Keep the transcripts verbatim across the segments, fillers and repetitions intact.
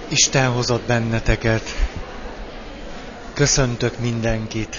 Isten hozott benneteket. Köszöntök mindenkit.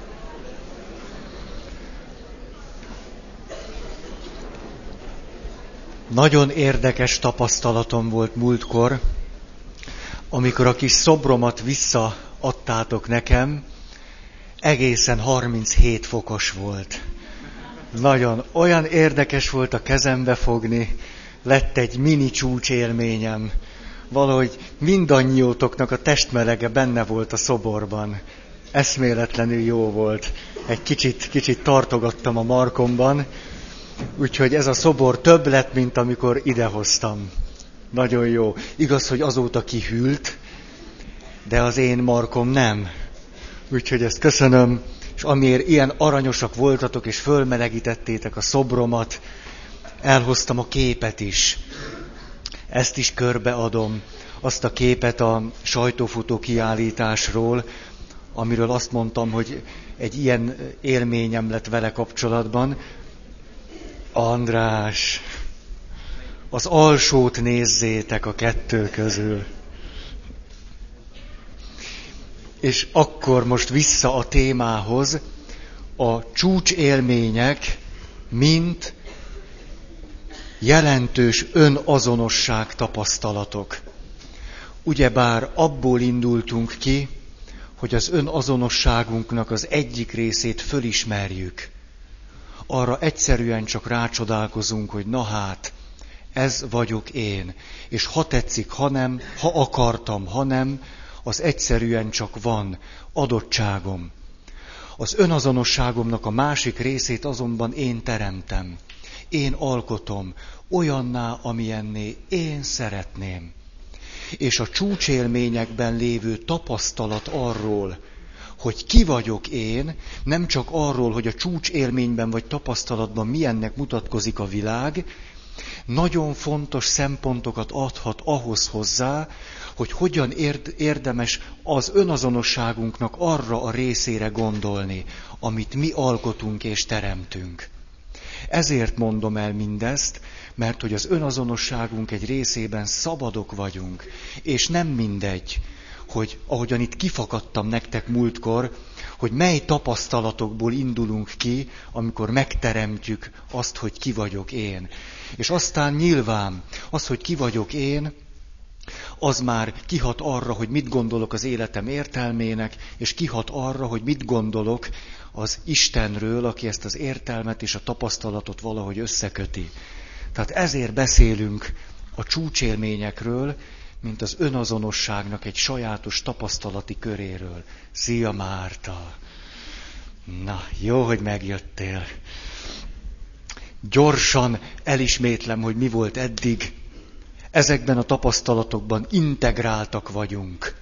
Nagyon érdekes tapasztalatom volt múltkor, amikor a kis szobromat visszaadtátok nekem, egészen harminchét fokos volt. Nagyon, olyan érdekes volt a kezembe fogni, lett egy mini csúcsélményem. Valahogy mindannyiótoknak a testmelege benne volt a szoborban. Eszméletlenül jó volt. Egy kicsit, kicsit tartogattam a markomban, úgyhogy ez a szobor több lett, mint amikor idehoztam. Nagyon jó. Igaz, hogy azóta kihűlt, de az én markom nem. Úgyhogy ezt köszönöm, és amiért ilyen aranyosak voltatok, és fölmelegítettétek a szobromat, elhoztam a képet is. Ezt is körbeadom, azt a képet a sajtófutó kiállításról, amiről azt mondtam, hogy egy ilyen élményem lett vele kapcsolatban. András, az alsót nézzétek a kettő közül. És akkor most vissza a témához, a csúcsélmények, mint jelentős önazonosság tapasztalatok. Ugyebár abból indultunk ki, hogy az önazonosságunknak az egyik részét fölismerjük. Arra egyszerűen csak rácsodálkozunk, hogy na hát, ez vagyok én. És ha tetszik, ha nem, ha akartam, ha nem, az egyszerűen csak van, adottságom. Az önazonosságomnak a másik részét azonban én teremtem. Én alkotom, olyanná, amilyenné én szeretném. És a csúcsélményekben lévő tapasztalat arról, hogy ki vagyok én, nem csak arról, hogy a csúcsélményben vagy tapasztalatban milyennek mutatkozik a világ, nagyon fontos szempontokat adhat ahhoz hozzá, hogy hogyan érdemes az önazonosságunknak arra a részére gondolni, amit mi alkotunk és teremtünk. Ezért mondom el mindezt, mert hogy az önazonosságunk egy részében szabadok vagyunk, és nem mindegy, hogy ahogyan itt kifakadtam nektek múltkor, hogy mely tapasztalatokból indulunk ki, amikor megteremtjük azt, hogy ki vagyok én. És aztán nyilván az, hogy ki vagyok én, az már kihat arra, hogy mit gondolok az életem értelmének, és kihat arra, hogy mit gondolok az Istenről, aki ezt az értelmet és a tapasztalatot valahogy összeköti. Tehát ezért beszélünk a csúcsélményekről, mint az önazonosságnak egy sajátos tapasztalati köréről. Szia Márta! Na, jó, hogy megjöttél. Gyorsan elismétlem, hogy mi volt eddig. Ezekben a tapasztalatokban integráltak vagyunk.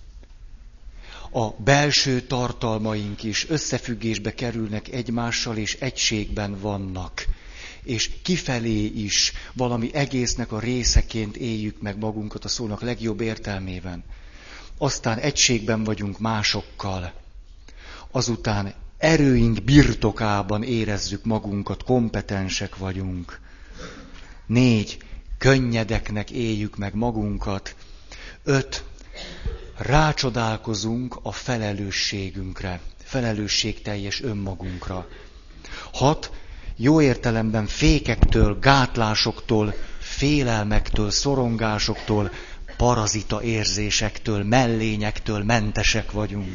A belső tartalmaink is összefüggésbe kerülnek egymással, és egységben vannak. És kifelé is valami egésznek a részeként éljük meg magunkat a szónak legjobb értelmében. Aztán egységben vagyunk másokkal. Azután erőink birtokában érezzük magunkat, kompetensek vagyunk. Négy, könnyedeknek éljük meg magunkat. Öt, rácsodálkozunk a felelősségünkre, felelősségteljes önmagunkra. Hat, jó értelemben fékektől, gátlásoktól, félelmektől, szorongásoktól, parazita érzésektől, mellényektől mentesek vagyunk.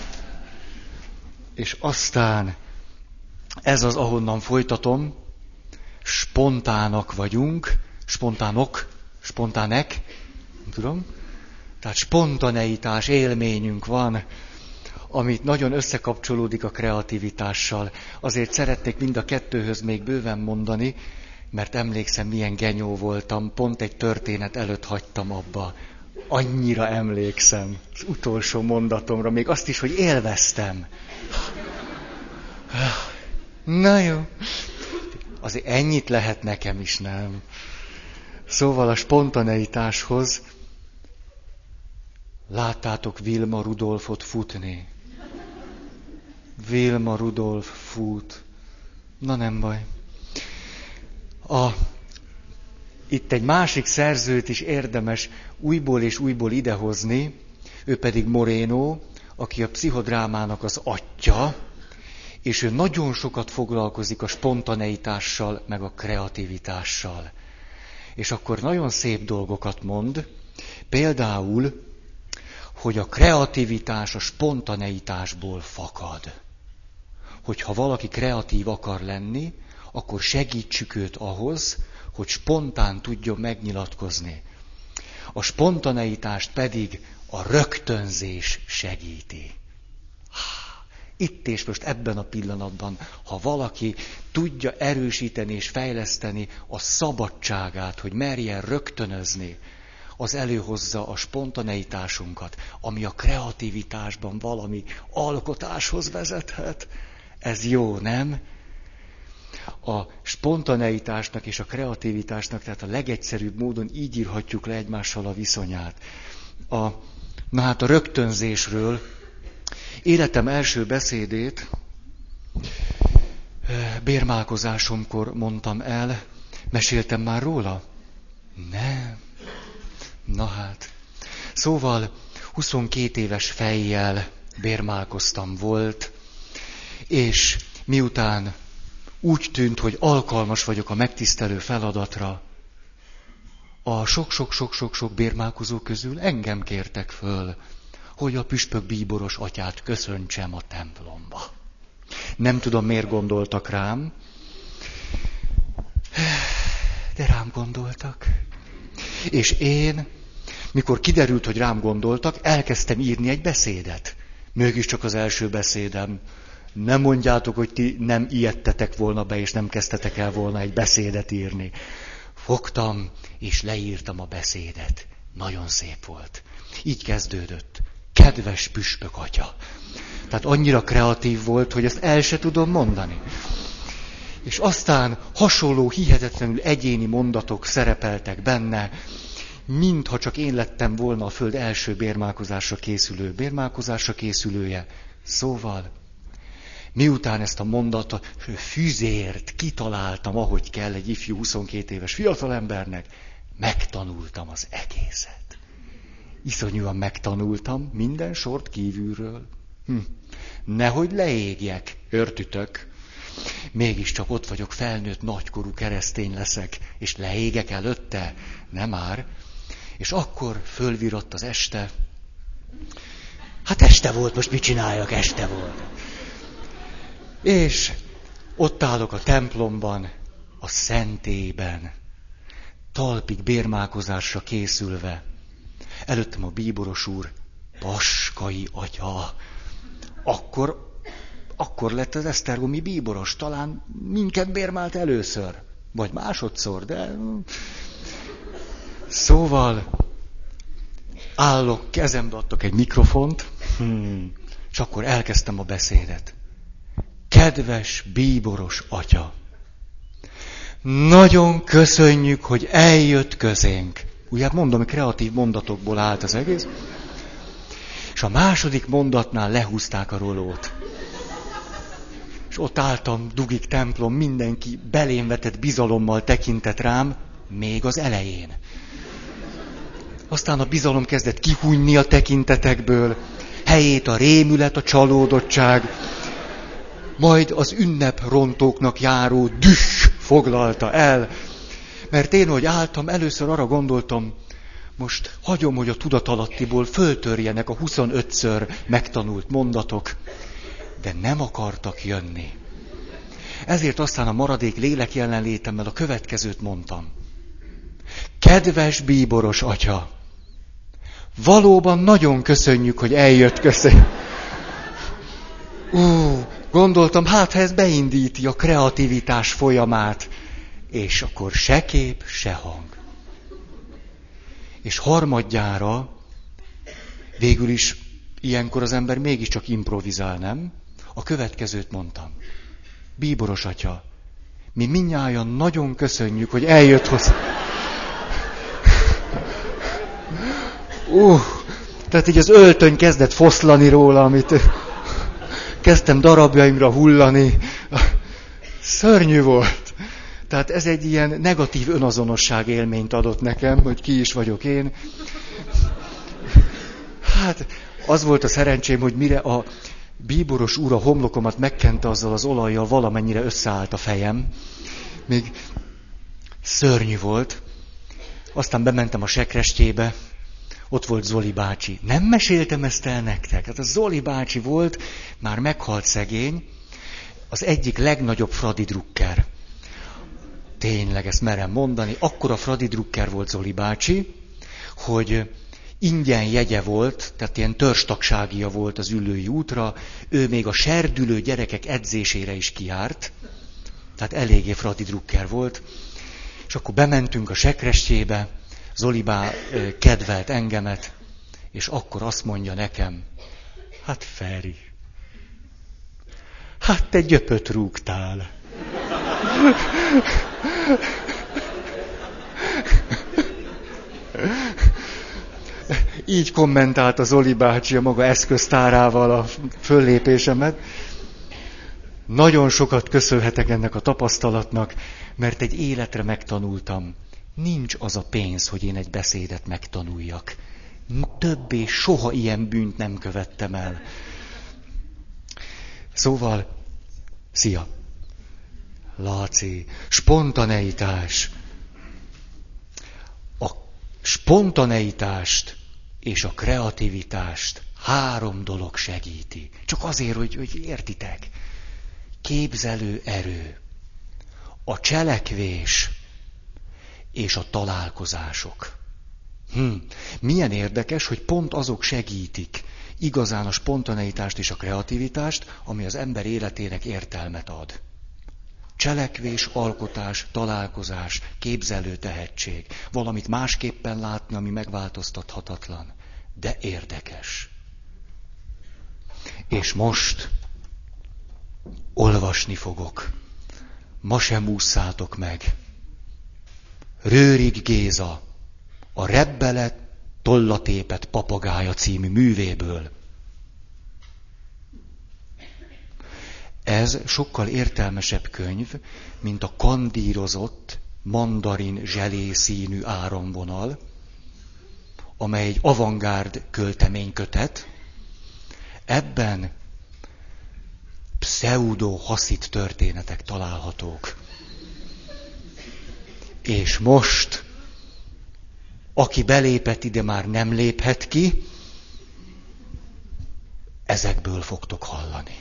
És aztán, ez az, ahonnan folytatom, spontának vagyunk, spontánok, spontánek, nem tudom, tehát spontaneitás élményünk van, amit nagyon összekapcsolódik a kreativitással. Azért szeretnék mind a kettőhöz még bőven mondani, mert emlékszem, milyen genyó voltam, pont egy történet előtt hagytam abba. Annyira emlékszem az utolsó mondatomra, még azt is, hogy élveztem. Na jó, azért ennyit lehet nekem is, nem? Szóval a spontaneitáshoz láttátok Vilma Rudolfot futni? Vilma Rudolf fut. Na nem baj. A itt egy másik szerzőt is érdemes újból és újból idehozni, ő pedig Moreno, aki a pszichodrámának az atya, és ő nagyon sokat foglalkozik a spontaneitással, meg a kreativitással. És akkor nagyon szép dolgokat mond, például, hogy a kreativitás a spontaneitásból fakad. Hogyha valaki kreatív akar lenni, akkor segítsük őt ahhoz, hogy spontán tudjon megnyilatkozni. A spontaneitást pedig a rögtönzés segíti. Itt és most ebben a pillanatban, ha valaki tudja erősíteni és fejleszteni a szabadságát, hogy merjen rögtönözni, az előhozza a spontaneitásunkat, ami a kreativitásban valami alkotáshoz vezethet. Ez jó, nem? A spontaneitásnak és a kreativitásnak, tehát a legegyszerűbb módon így írhatjuk le egymással a viszonyát. A, na hát a rögtönzésről életem első beszédét bérmálkozásomkor mondtam el. Meséltem már róla? Nem. Na hát. Szóval huszonkét éves fejjel bérmálkoztam volt, és miután úgy tűnt, hogy alkalmas vagyok a megtisztelő feladatra, a sok-sok-sok-sok-sok bérmálkozó közül engem kértek föl, hogy a püspök bíboros atyát köszöntsem a templomba. Nem tudom, miért gondoltak rám, de rám gondoltak. És én, mikor kiderült, hogy rám gondoltak, elkezdtem írni egy beszédet. Mégiscsak az első beszédem. Nem mondjátok, hogy ti nem ijedtetek volna be, és nem kezdtetek el volna egy beszédet írni. Fogtam, és leírtam a beszédet. Nagyon szép volt. Így kezdődött. Kedves püspök atya. Tehát annyira kreatív volt, hogy ezt el se tudom mondani. És aztán hasonló, hihetetlenül egyéni mondatok szerepeltek benne, mintha csak én lettem volna a föld első bérmálkozásra készülő bérmálkozásra készülője. Szóval, miután ezt a mondatot, füzért kitaláltam, ahogy kell egy ifjú huszonkét éves fiatalembernek, megtanultam az egészet. Iszonyúan megtanultam minden sort kívülről. Hm. Nehogy leégjek, értitek? Mégiscsak ott vagyok, felnőtt, nagykorú keresztény leszek, és leégek előtte? Nem már. És akkor fölvirott az este. Hát este volt, most mit csináljak, este volt. És ott állok a templomban, a szentélyben, talpig bérmálkozásra készülve. Előttem a bíboros úr, Paskai atya. Akkor, akkor lett az esztergomi bíboros, talán minket bérmált először, vagy másodszor, de... Szóval állok, kezembe adtak egy mikrofont, hmm, és akkor elkezdtem a beszédet. Kedves bíboros atya, nagyon köszönjük, hogy eljött közénk. Ugye hát mondom, hogy kreatív mondatokból állt az egész. És a második mondatnál lehúzták a rolót. És ott álltam, dugik templom, mindenki belém vetett bizalommal tekintett rám, még az elején. Aztán a bizalom kezdett kihújni a tekintetekből, helyét a rémület, a csalódottság, majd az ünneprontóknak járó düh foglalta el, mert én, hogy álltam, először arra gondoltam, most hagyom, hogy a tudatalattiból föltörjenek a huszonötször megtanult mondatok, de nem akartak jönni. Ezért aztán a maradék lélek jelenlétemmel a következőt mondtam. Kedves bíboros atya, valóban nagyon köszönjük, hogy eljött közé. Ú, gondoltam, hát ha ez beindíti a kreativitás folyamát, és akkor se kép, se hang. És harmadjára, végül is ilyenkor az ember mégiscsak improvizál, nem? A következőt mondtam. Bíboros atya, mi mindnyájan nagyon köszönjük, hogy eljött hozzá. Uh, tehát így az öltöny kezdett foszlani róla, amit kezdtem darabjaimra hullani. Szörnyű volt. Tehát ez egy ilyen negatív önazonosság élményt adott nekem, hogy ki is vagyok én. Hát az volt a szerencsém, hogy mire a bíboros úr a homlokomat megkente azzal az olajjal, valamennyire összeállt a fejem. Még szörnyű volt. Aztán bementem a sekrestyébe, ott volt Zoli bácsi. Nem meséltem ezt el nektek? Hát a Zoli bácsi volt, már meghalt szegény, az egyik legnagyobb Fradi Drucker. Tényleg, ezt merem mondani. Akkora Fradi Drucker volt Zoli bácsi, hogy ingyen jegye volt, tehát ilyen törstagságia volt az Üllői útra, ő még a serdülő gyerekek edzésére is kijárt, tehát eléggé Fradi Drucker volt, és akkor bementünk a sekrestyébe, Zolibá kedvelt engemet, és akkor azt mondja nekem, hát Feri, hát te gyöpöt rúgtál. Így kommentálta Zoli bácsi a maga eszköztárával a föllépésemet. Nagyon sokat köszönhetek ennek a tapasztalatnak, mert egy életre megtanultam. Nincs az a pénz, hogy én egy beszédet megtanuljak. Többé soha ilyen bűnt nem követtem el. Szóval, szia! Laci, spontaneitás. A spontaneitást és a kreativitást három dolog segíti. Csak azért, hogy, hogy értitek. Képzelő erő, a cselekvés és a találkozások. Hm. Milyen érdekes, hogy pont azok segítik igazán a spontaneitást és a kreativitást, ami az ember életének értelmet ad. Cselekvés, alkotás, találkozás, képzelő tehetség. Valamit másképpen látni, ami megváltoztathatatlan, de érdekes. És most olvasni fogok. Ma sem ússzátok meg. Rőrig Géza, a Rebbelet tollatépet papagája című művéből. Ez sokkal értelmesebb könyv, mint a kandírozott mandarin zselé színű áramvonal, amely egy avantgárd költeménykötet. Ebben pseudo-haszit történetek találhatók. És most, aki belépett ide, már nem léphet ki, ezekből fogtok hallani.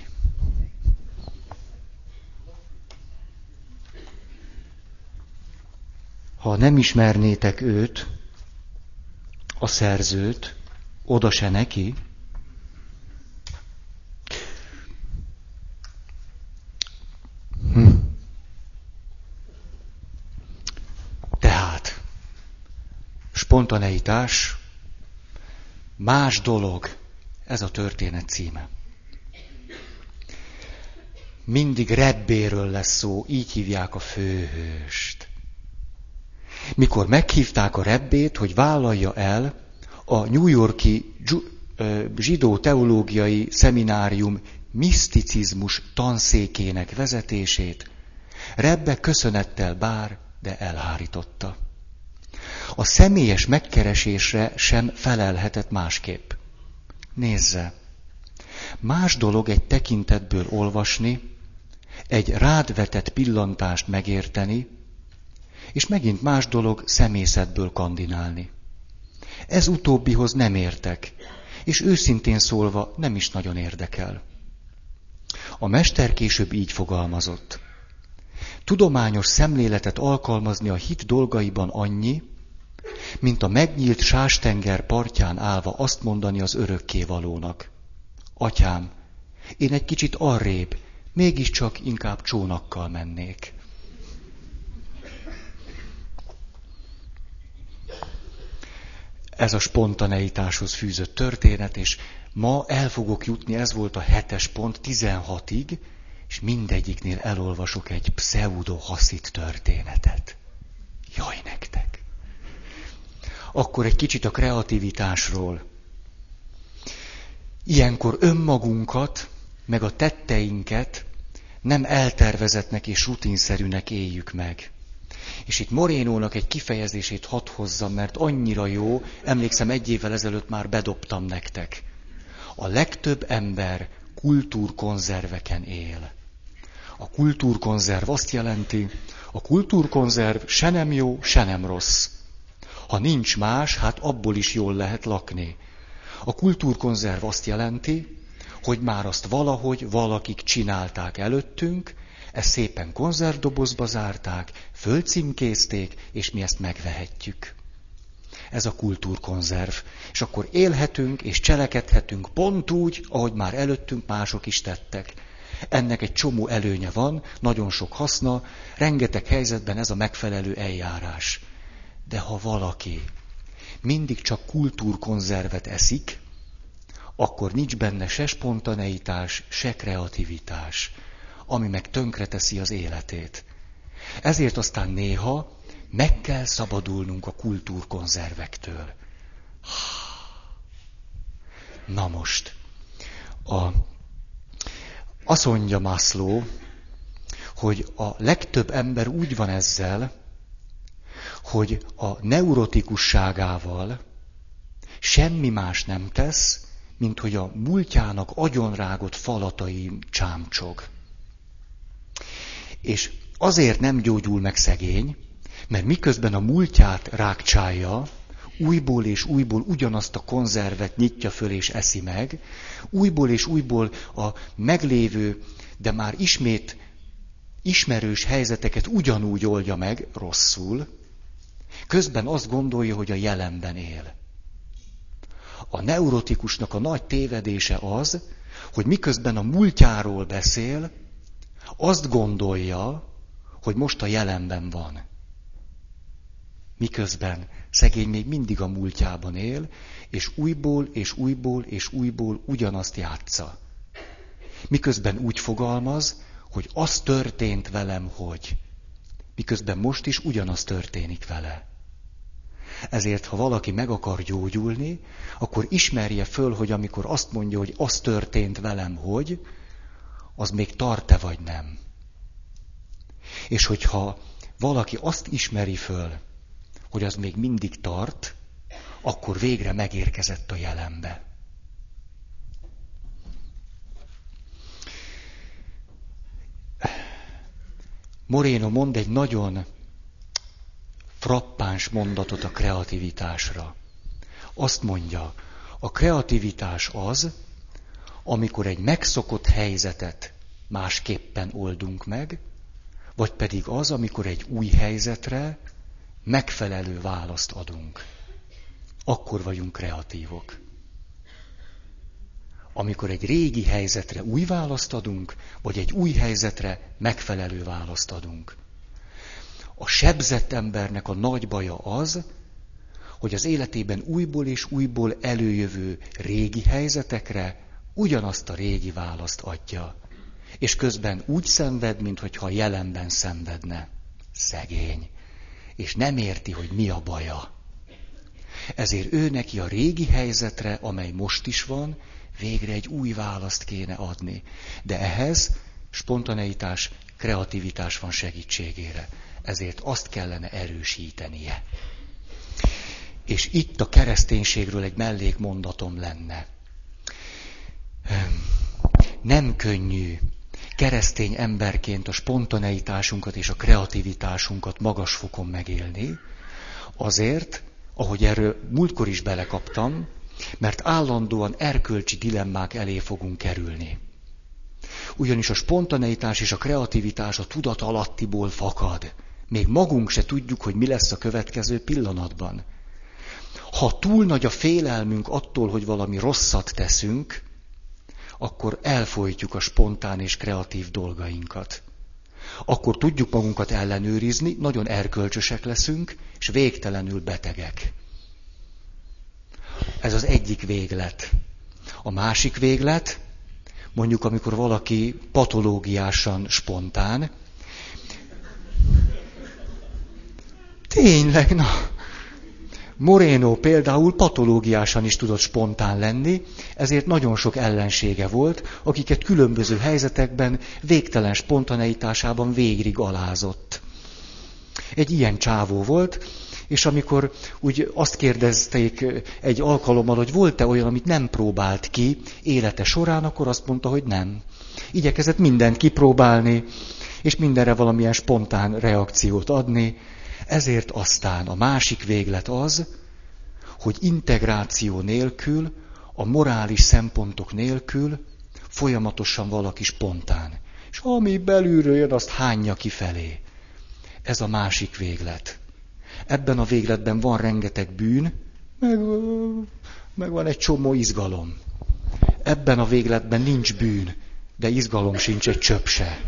Ha nem ismernétek őt, a szerzőt, oda se neki, hm. Tehát, spontaneitás, más dolog, ez a történet címe. Mindig Rebbéről lesz szó, így hívják a főhőst. Mikor meghívták a Rebbét, hogy vállalja el a New York-i zsidó teológiai szeminárium miszticizmus tanszékének vezetését, Rebbe köszönettel bár, de elhárította. A személyes megkeresésre sem felelhetett másképp. Nézze, más dolog egy tekintetből olvasni, egy rád vetett pillantást megérteni, és megint más dolog szemészetből kandinálni. Ez utóbbihoz nem értek, és őszintén szólva nem is nagyon érdekel. A mester később így fogalmazott. Tudományos szemléletet alkalmazni a hit dolgaiban annyi, mint a megnyílt sástenger partján állva azt mondani az örökkévalónak. Atyám, én egy kicsit arrébb, mégiscsak inkább csónakkal mennék. Ez a spontaneitáshoz fűzött történet, és ma el fogok jutni, ez volt a hetes pont, tizenhatig, és mindegyiknél elolvasok egy pseudo-haszit történetet. Jaj nektek! Akkor egy kicsit a kreativitásról. Ilyenkor önmagunkat, meg a tetteinket nem eltervezettnek és rutinszerűnek éljük meg. És itt Morénónak egy kifejezését hadd hozzam, mert annyira jó, emlékszem, egy évvel ezelőtt már bedobtam nektek. A legtöbb ember kultúrkonzerveken él. A kultúrkonzerv azt jelenti, a kultúrkonzerv se nem jó, se nem rossz. Ha nincs más, hát abból is jól lehet lakni. A kultúrkonzerv azt jelenti, hogy már azt valahogy valakik csinálták előttünk, ezt szépen konzervdobozba zárták, fölcímkézték, és mi ezt megvehetjük. Ez a kultúrkonzerv. És akkor élhetünk és cselekedhetünk pont úgy, ahogy már előttünk mások is tettek. Ennek egy csomó előnye van, nagyon sok haszna, rengeteg helyzetben ez a megfelelő eljárás. De ha valaki mindig csak kultúrkonzervet eszik, akkor nincs benne se spontaneitás, se kreativitás, ami meg tönkreteszi az életét. Ezért aztán néha meg kell szabadulnunk a kultúrkonzervektől. Na most, a, azt mondja Maslow, hogy a legtöbb ember úgy van ezzel, hogy a neurotikusságával semmi más nem tesz, mint hogy a múltjának agyonrágott falatain csámcsog. És azért nem gyógyul meg szegény, mert miközben a múltját rákcsálja, újból és újból ugyanazt a konzervet nyitja föl és eszi meg, újból és újból a meglévő, de már ismét ismerős helyzeteket ugyanúgy oldja meg, rosszul, közben azt gondolja, hogy a jelenben él. A neurotikusnak a nagy tévedése az, hogy miközben a múltjáról beszél, azt gondolja, hogy most a jelenben van. Miközben szegény még mindig a múltjában él, és újból és újból és újból ugyanazt játsza. Miközben úgy fogalmaz, hogy az történt velem, hogy. Miközben most is ugyanaz történik vele. Ezért, ha valaki meg akar gyógyulni, akkor ismerje föl, hogy amikor azt mondja, hogy az történt velem, hogy, az még tart-e vagy nem. És hogyha valaki azt ismeri föl, hogy az még mindig tart, akkor végre megérkezett a jelenbe. Moreno mond egy nagyon frappáns mondatot a kreativitásra. Azt mondja, a kreativitás az, amikor egy megszokott helyzetet másképpen oldunk meg, vagy pedig az, amikor egy új helyzetre megfelelő választ adunk. Akkor vagyunk kreatívok. Amikor egy régi helyzetre új választ adunk, vagy egy új helyzetre megfelelő választ adunk. A sebzett embernek a nagy baja az, hogy az életében újból és újból előjövő régi helyzetekre ugyanazt a régi választ adja. És közben úgy szenved, minthogyha a jelenben szenvedne. Szegény. És nem érti, hogy mi a baja. Ezért ő neki a régi helyzetre, amely most is van, végre egy új választ kéne adni. De ehhez spontaneitás, kreativitás van segítségére. Ezért azt kellene erősítenie. És itt a kereszténységről egy mellékmondatom lenne. Nem könnyű keresztény emberként a spontaneitásunkat és a kreativitásunkat magas fokon megélni, azért, ahogy erről múltkor is belekaptam, mert állandóan erkölcsi dilemmák elé fogunk kerülni. Ugyanis a spontaneitás és a kreativitás a tudatalattiból fakad. Még magunk se tudjuk, hogy mi lesz a következő pillanatban. Ha túl nagy a félelmünk attól, hogy valami rosszat teszünk, akkor elfojtjuk a spontán és kreatív dolgainkat. Akkor tudjuk magunkat ellenőrizni, nagyon erkölcsösek leszünk, és végtelenül betegek. Ez az egyik véglet. A másik véglet, mondjuk amikor valaki patológiásan spontán. Tényleg, na. Moreno például patológiásan is tudott spontán lenni, ezért nagyon sok ellensége volt, akiket különböző helyzetekben végtelen spontaneitásában végig alázott. Egy ilyen csávó volt, és amikor úgy azt kérdezték egy alkalommal, hogy volt-e olyan, amit nem próbált ki élete során, akkor azt mondta, hogy nem. Igyekezett mindent kipróbálni, és mindenre valamilyen spontán reakciót adni. Ezért aztán a másik véglet az, hogy integráció nélkül, a morális szempontok nélkül folyamatosan valaki spontán. És ami belülről jön, azt hányja kifelé. Ez a másik véglet. Ebben a végletben van rengeteg bűn, meg, meg van egy csomó izgalom. Ebben a végletben nincs bűn, de izgalom sincs egy csöpp se.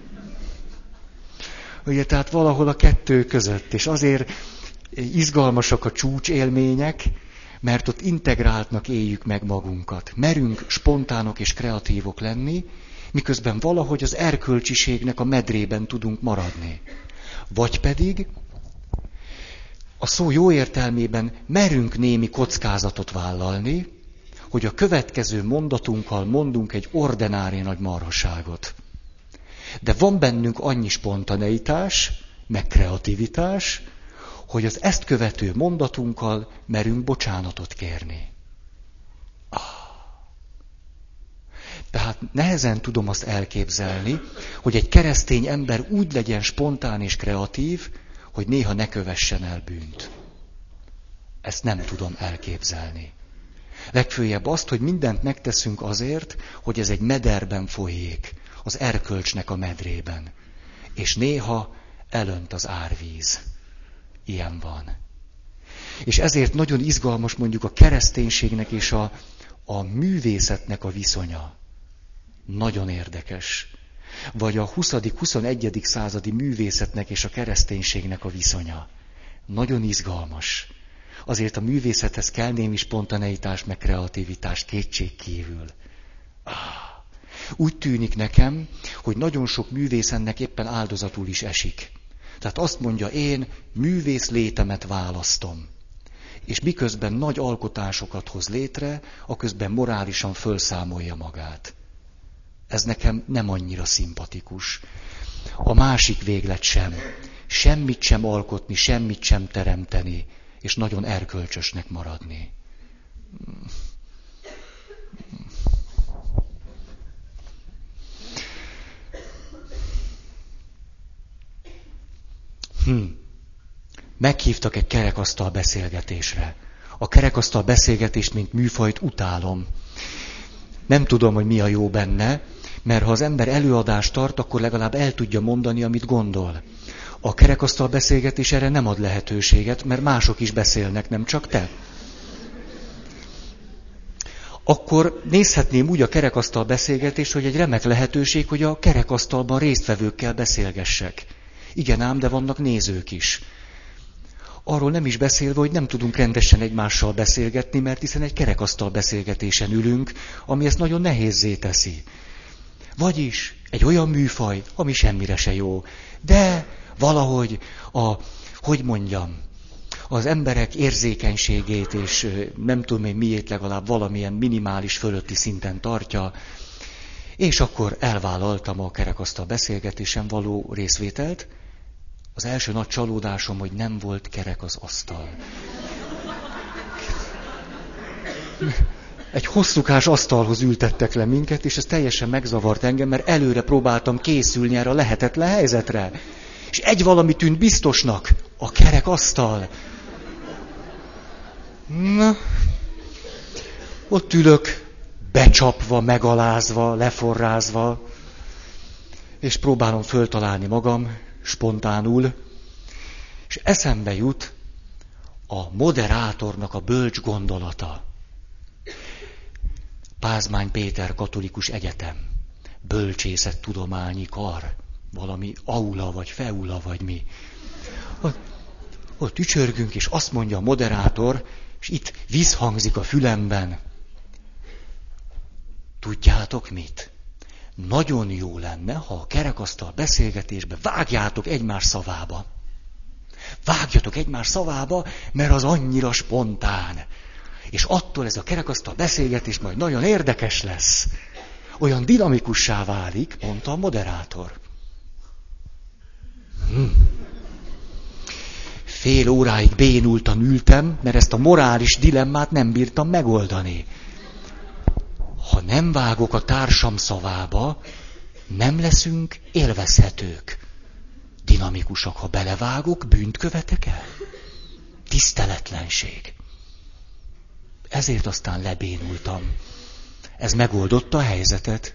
Ugye, tehát valahol a kettő között, és azért izgalmasak a csúcsélmények, mert ott integráltnak éljük meg magunkat. Merünk spontánok és kreatívok lenni, miközben valahogy az erkölcsiségnek a medrében tudunk maradni. Vagy pedig a szó jó értelmében merünk némi kockázatot vállalni, hogy a következő mondatunkkal mondunk egy ordinári nagy marhaságot. De van bennünk annyi spontaneitás, meg kreativitás, hogy az ezt követő mondatunkkal merünk bocsánatot kérni. Ah. Tehát nehezen tudom azt elképzelni, hogy egy keresztény ember úgy legyen spontán és kreatív, hogy néha ne kövessen el bűnt. Ezt nem tudom elképzelni. Legfőjebb azt, hogy mindent megteszünk azért, hogy ez egy mederben folyik, az erkölcsnek a medrében. És néha elönt az árvíz. Ilyen van. És ezért nagyon izgalmas mondjuk a kereszténységnek és a, a művészetnek a viszonya. Nagyon érdekes. Vagy a huszadik-huszonegyedik századi művészetnek és a kereszténységnek a viszonya. Nagyon izgalmas. Azért a művészethez kell némi spontaneitás, meg kreativitás kétségkívül. Ah. Úgy tűnik nekem, hogy nagyon sok művész ennek éppen áldozatul is esik. Tehát azt mondja, én művész létemet választom. És miközben nagy alkotásokat hoz létre, aközben morálisan fölszámolja magát. Ez nekem nem annyira szimpatikus. A másik véglet sem. Semmit sem alkotni, semmit sem teremteni, és nagyon erkölcsösnek maradni. Hm. Meghívtak egy kerekasztal beszélgetésre. A kerekasztal beszélgetést, mint műfajt utálom. Nem tudom, hogy mi a jó benne, mert ha az ember előadást tart, akkor legalább el tudja mondani, amit gondol. A kerekasztal beszélgetés erre nem ad lehetőséget, mert mások is beszélnek, nem csak te. Akkor nézhetném úgy a kerekasztal beszélgetést, hogy egy remek lehetőség, hogy a kerekasztalban résztvevőkkel beszélgessek. Igen ám, de vannak nézők is. Arról nem is beszélve, hogy nem tudunk rendesen egymással beszélgetni, mert hiszen egy kerekasztal beszélgetésen ülünk, ami ezt nagyon nehézzé teszi. Vagyis egy olyan műfaj, ami semmire se jó. De valahogy a, hogy mondjam, az emberek érzékenységét és nem tudom én miért legalább valamilyen minimális fölötti szinten tartja, és akkor elvállaltam a kerekasztal beszélgetésen való részvételt. Az első nagy csalódásom, hogy nem volt kerek az asztal. Egy hosszúkás asztalhoz ültettek le minket, és ez teljesen megzavart engem, mert előre próbáltam készülni erre a lehetetlen helyzetre. És egy valami tűnt biztosnak, a kerek asztal. Na, ott ülök, becsapva, megalázva, leforrázva, és próbálom föltalálni magam, spontánul, és eszembe jut a moderátornak a bölcs gondolata. Pázmány Péter Katolikus Egyetem, bölcsészettudományi kar, valami aula vagy feula vagy mi. Ott, ott ücsörgünk, és azt mondja a moderátor, és itt visszhangzik a fülemben. Tudjátok mit? Nagyon jó lenne, ha a kerekasztal beszélgetésbe vágjátok egymás szavába. Vágjatok egymás szavába, mert az annyira spontán. És attól ez a kerekasztal beszélgetés majd nagyon érdekes lesz. Olyan dinamikussá válik, mondta a moderátor. Hm. Fél óráig bénultan ültem, mert ezt a morális dilemmát nem bírtam megoldani. Ha nem vágok a társam szavába, nem leszünk élvezhetők. Dinamikusak, ha belevágok, bűnt követek el. Tiszteletlenség. Ezért aztán lebénultam. Ez megoldotta a helyzetet.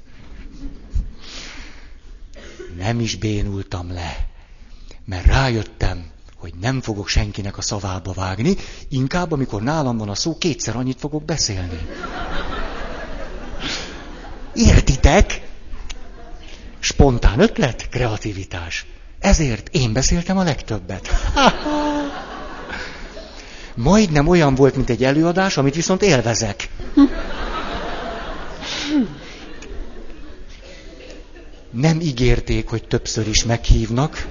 Nem is bénultam le, mert rájöttem, hogy nem fogok senkinek a szavába vágni, inkább, amikor nálam van a szó, kétszer annyit fogok beszélni. Értitek? Spontán ötlet, kreativitás. Ezért én beszéltem a legtöbbet. Majdnem olyan volt, mint egy előadás, amit viszont élvezek. Nem ígérték, hogy többször is meghívnak.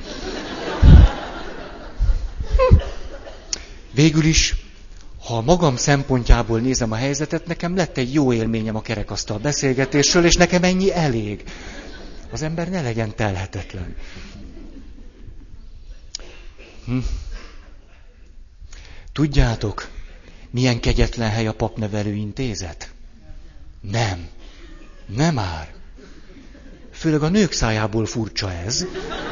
Végül is, ha magam szempontjából nézem a helyzetet, nekem lett egy jó élményem a kerekasztal beszélgetésről, és nekem ennyi elég. Az ember ne legyen telhetetlen. Hm. Tudjátok, milyen kegyetlen hely a papnevelő intézet? Nem. Nem már. Főleg a nők szájából furcsa ez.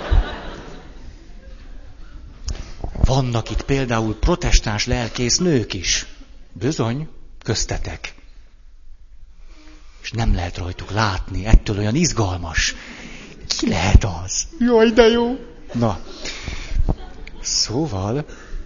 Vannak itt például protestáns lelkész nők is. Bizony, köztetek. És nem lehet rajtuk látni, ettől olyan izgalmas. Ki lehet az? Jaj, de jó! Na, szóval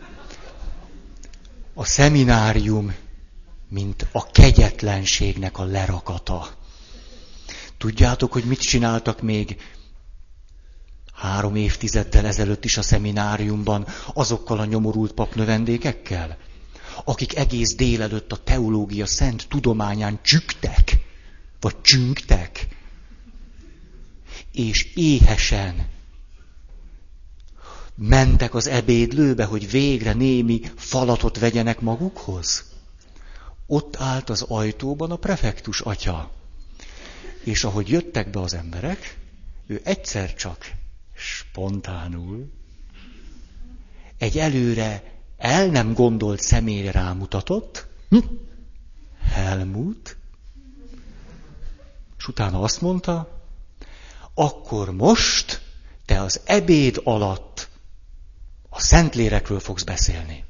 a szeminárium, mint a kegyetlenségnek a lerakata. Tudjátok, hogy mit csináltak még három évtizeddel ezelőtt is a szemináriumban azokkal a nyomorult papnövendékekkel, akik egész délelőtt a teológia szent tudományán csügtek, vagy csüngtek, és éhesen mentek az ebédlőbe, hogy végre némi falatot vegyenek magukhoz. Ott állt az ajtóban a prefektus atya. És ahogy jöttek be az emberek, ő egyszer csak spontánul egy előre el nem gondolt személyre rámutatott, hm? Helmut, és utána azt mondta, akkor most te az ebéd alatt a Szentlélekről fogsz beszélni.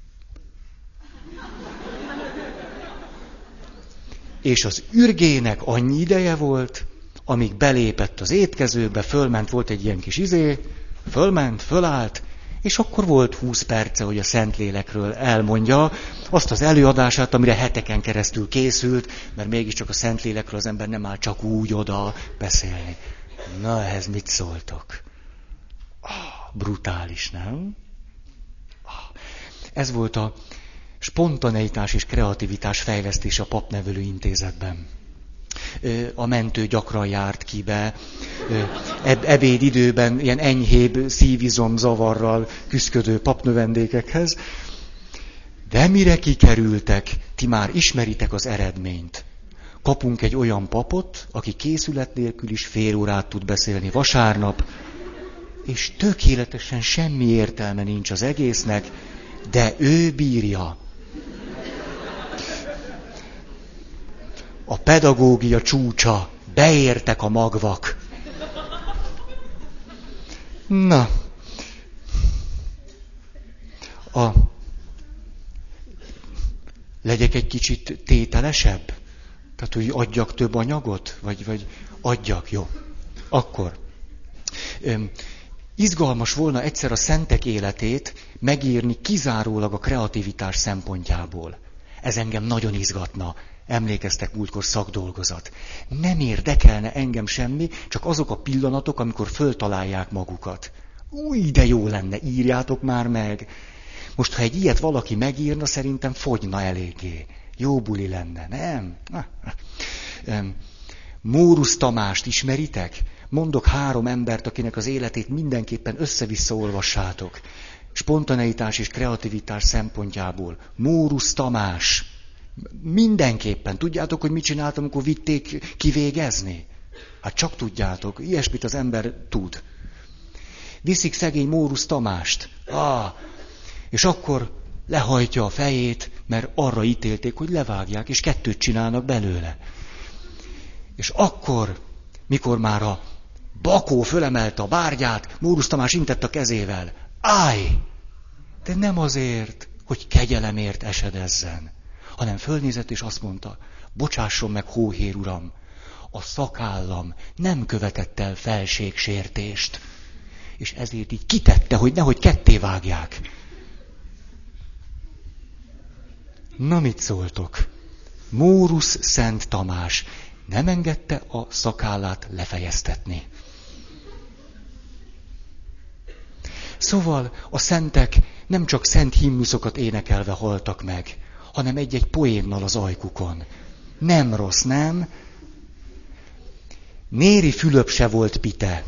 És az ürgének annyi ideje volt, amíg belépett az étkezőbe, fölment, volt egy ilyen kis izé, fölment, fölállt, és akkor volt húsz perce, hogy a Szentlélekről elmondja azt az előadását, amire heteken keresztül készült, mert mégiscsak a Szentlélekről az ember nem áll csak úgy oda beszélni. Na, ehhez mit szóltok? Ah, brutális, nem? Ah, ez volt a spontaneitás és kreativitás fejlesztése a papnevelő intézetben. A mentő gyakran járt ki be, ebéd időben ilyen enyhébb szívizom zavarral küszködő papnövendékekhez. De mire kikerültek, ti már ismeritek az eredményt. Kapunk egy olyan papot, aki készület nélkül is fél órát tud beszélni vasárnap, és tökéletesen semmi értelme nincs az egésznek, de ő bírja. A pedagógia csúcsa, beértek a magvak. Na, a... legyek egy kicsit tételesebb? Tehát, hogy adjak több anyagot? Vagy, vagy adjak, jó. Akkor. Öm, izgalmas volna egyszer a szentek életét megírni kizárólag a kreativitás szempontjából. Ez engem nagyon izgatna. Emlékeztek, múltkor szakdolgozat. Nem érdekelne engem semmi, csak azok a pillanatok, amikor föltalálják magukat. Új, de jó lenne, írjátok már meg. Most, ha egy ilyet valaki megírna, szerintem fogyna eléggé. Jó buli lenne, nem? Mórusz Tamást ismeritek? Mondok három embert, akinek az életét mindenképpen össze-vissza olvassátok. Spontaneitás és kreativitás szempontjából. Mórusz Tamás. Mindenképpen. Tudjátok, hogy mit csináltam, amikor vitték kivégezni? Hát csak tudjátok. Ilyesmit az ember tud. Viszik szegény Mórusz Tamást. Ah, És akkor lehajtja a fejét, mert arra ítélték, hogy levágják, és kettőt csinálnak belőle. És akkor, mikor már a Bakó fölemelte a bárgyát, Mórusz Tamás intett a kezével. Állj! De nem azért, hogy kegyelemért esedezzen, hanem fölnézett és azt mondta, bocsásson meg, hóhér uram, a szakállam nem követett el felségsértést, és ezért így kitette, hogy nehogy ketté vágják. Na, mit szóltok? Mórusz Szent Tamás nem engedte a szakállát lefejeztetni. Szóval a szentek nem csak szent himnuszokat énekelve haltak meg, hanem egy-egy poénnal az ajkukon. Nem rossz, nem? Néri Fülöp se volt pite.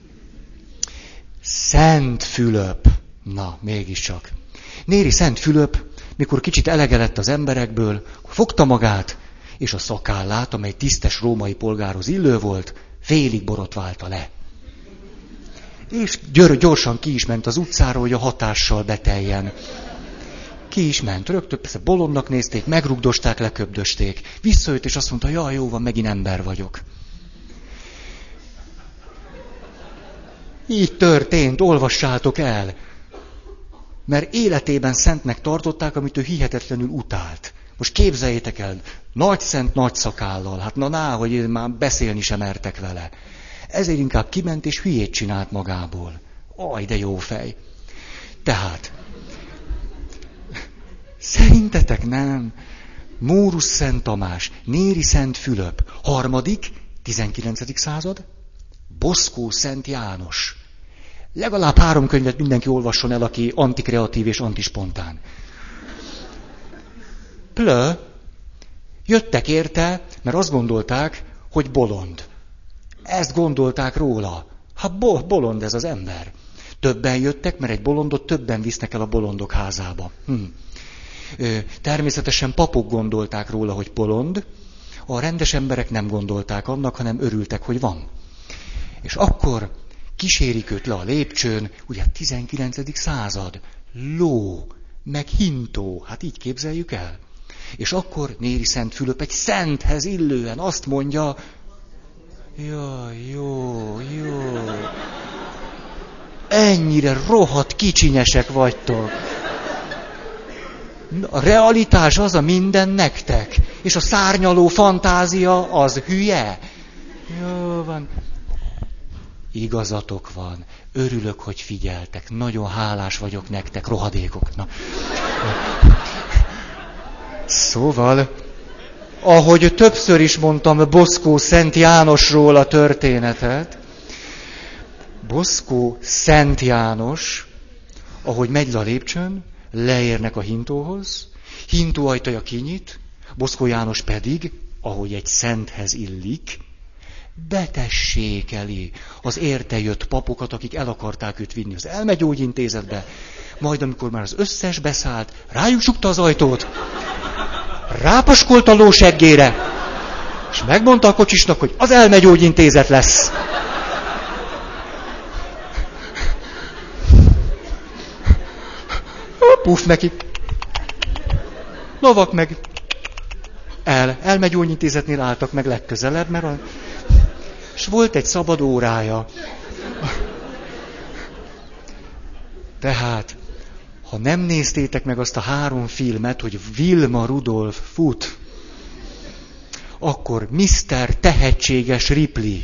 Szent Fülöp. Na, mégiscsak. Néri Szent Fülöp, mikor kicsit elege lett az emberekből, fogta magát, és a szakállát, amely tisztes római polgárhoz illő volt, félig borotválta le. És györ, gyorsan ki is ment az utcára, hogy a hatással beteljen. Ki is ment, rögtön persze bolondnak nézték, megrugdosták, leköbdösték. Visszajött, és azt mondta, jaj, jó van, megint ember vagyok. Így történt, olvassátok el. Mert életében szentnek tartották, amit ő hihetetlenül utált. Most képzeljétek el, nagy szent, nagy szakállal, hát na, ná, hogy már beszélni sem mertek vele. Ezért inkább kiment és hülyét csinált magából. Aj, de jó fej. Tehát, szerintetek nem? Mórusz Szent Tamás, Néri Szent Fülöp, harmadik, tizenkilencedik század, Boszkó Szent János. Legalább három könyvet mindenki olvasson el, aki antikreatív és antispontán. Plö, jöttek érte, mert azt gondolták, hogy bolond. Ezt gondolták róla. Hát bo- bolond ez az ember. Többen jöttek, mert egy bolondot többen visznek el a bolondok házába. Hm. Ö, természetesen papok gondolták róla, hogy bolond. A rendes emberek nem gondolták annak, hanem örültek, hogy van. És akkor kísérik őt le a lépcsőn, ugye tizenkilencedik század, ló, meg hintó, hát így képzeljük el. És akkor Néri Szent Fülöp egy szenthez illően azt mondja, jaj, jó, jó, ennyire rohadt kicsinyesek vagytok. A realitás az a minden nektek, és a szárnyaló fantázia az hülye. Jó van. Igazatok van. Örülök, hogy figyeltek. Nagyon hálás vagyok nektek, rohadékok. Na. Szóval, ahogy többször is mondtam Boszkó Szent Jánosról a történetet, Boszkó Szent János, ahogy megy le a lépcsőn, leérnek a hintóhoz, hintó ajtaja kinyit, Boszkó János pedig, ahogy egy szenthez illik, betessékeli az érte jött papokat, akik el akarták őt vinni az elmegyógyintézetbe, majd amikor már az összes beszállt, rájuk csukta az ajtót, rápaskolt a lóseggére, és megmondta a kocsisnak, hogy az elmegyógyintézet lesz. Puff neki. Lovak meg el, elmegyógyintézetnél álltak meg legközelebb, mert a... és volt egy szabad órája. Tehát, ha nem néztétek meg azt a három filmet, hogy Vilma Rudolph fut, akkor miszter Tehetséges Ripley.